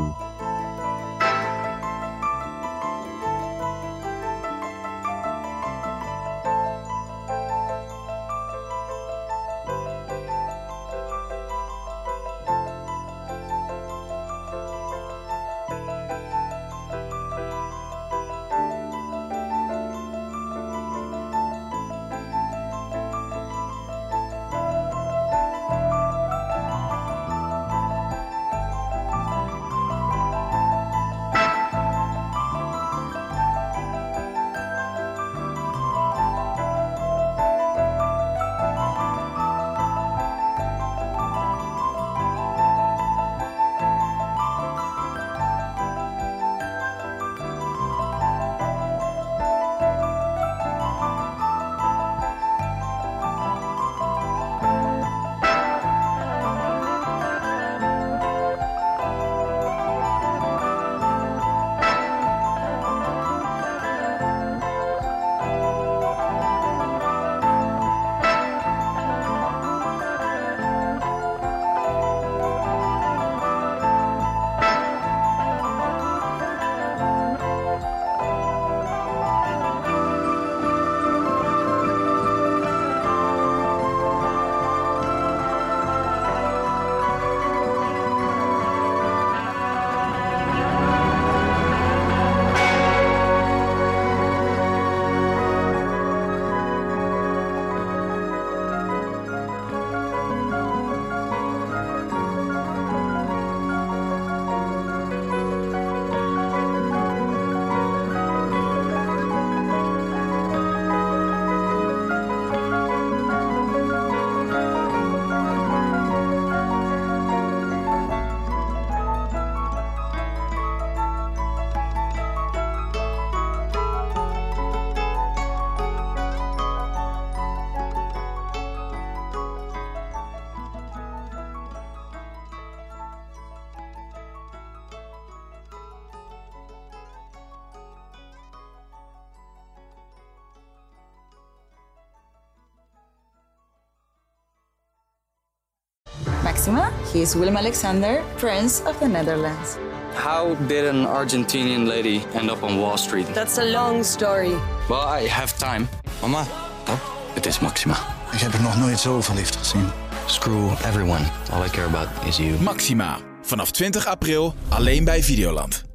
Maxima. He is Willem Alexander, Prince of the Netherlands. How did an Argentinian lady end up on Wall Street? That's a long story. Well, I have time. Mama, Oh, het is Maxima. ik heb er nog nooit zo verliefd gezien. Screw everyone. All I care about is you. Maxima. Vanaf twintig april alleen bij Videoland.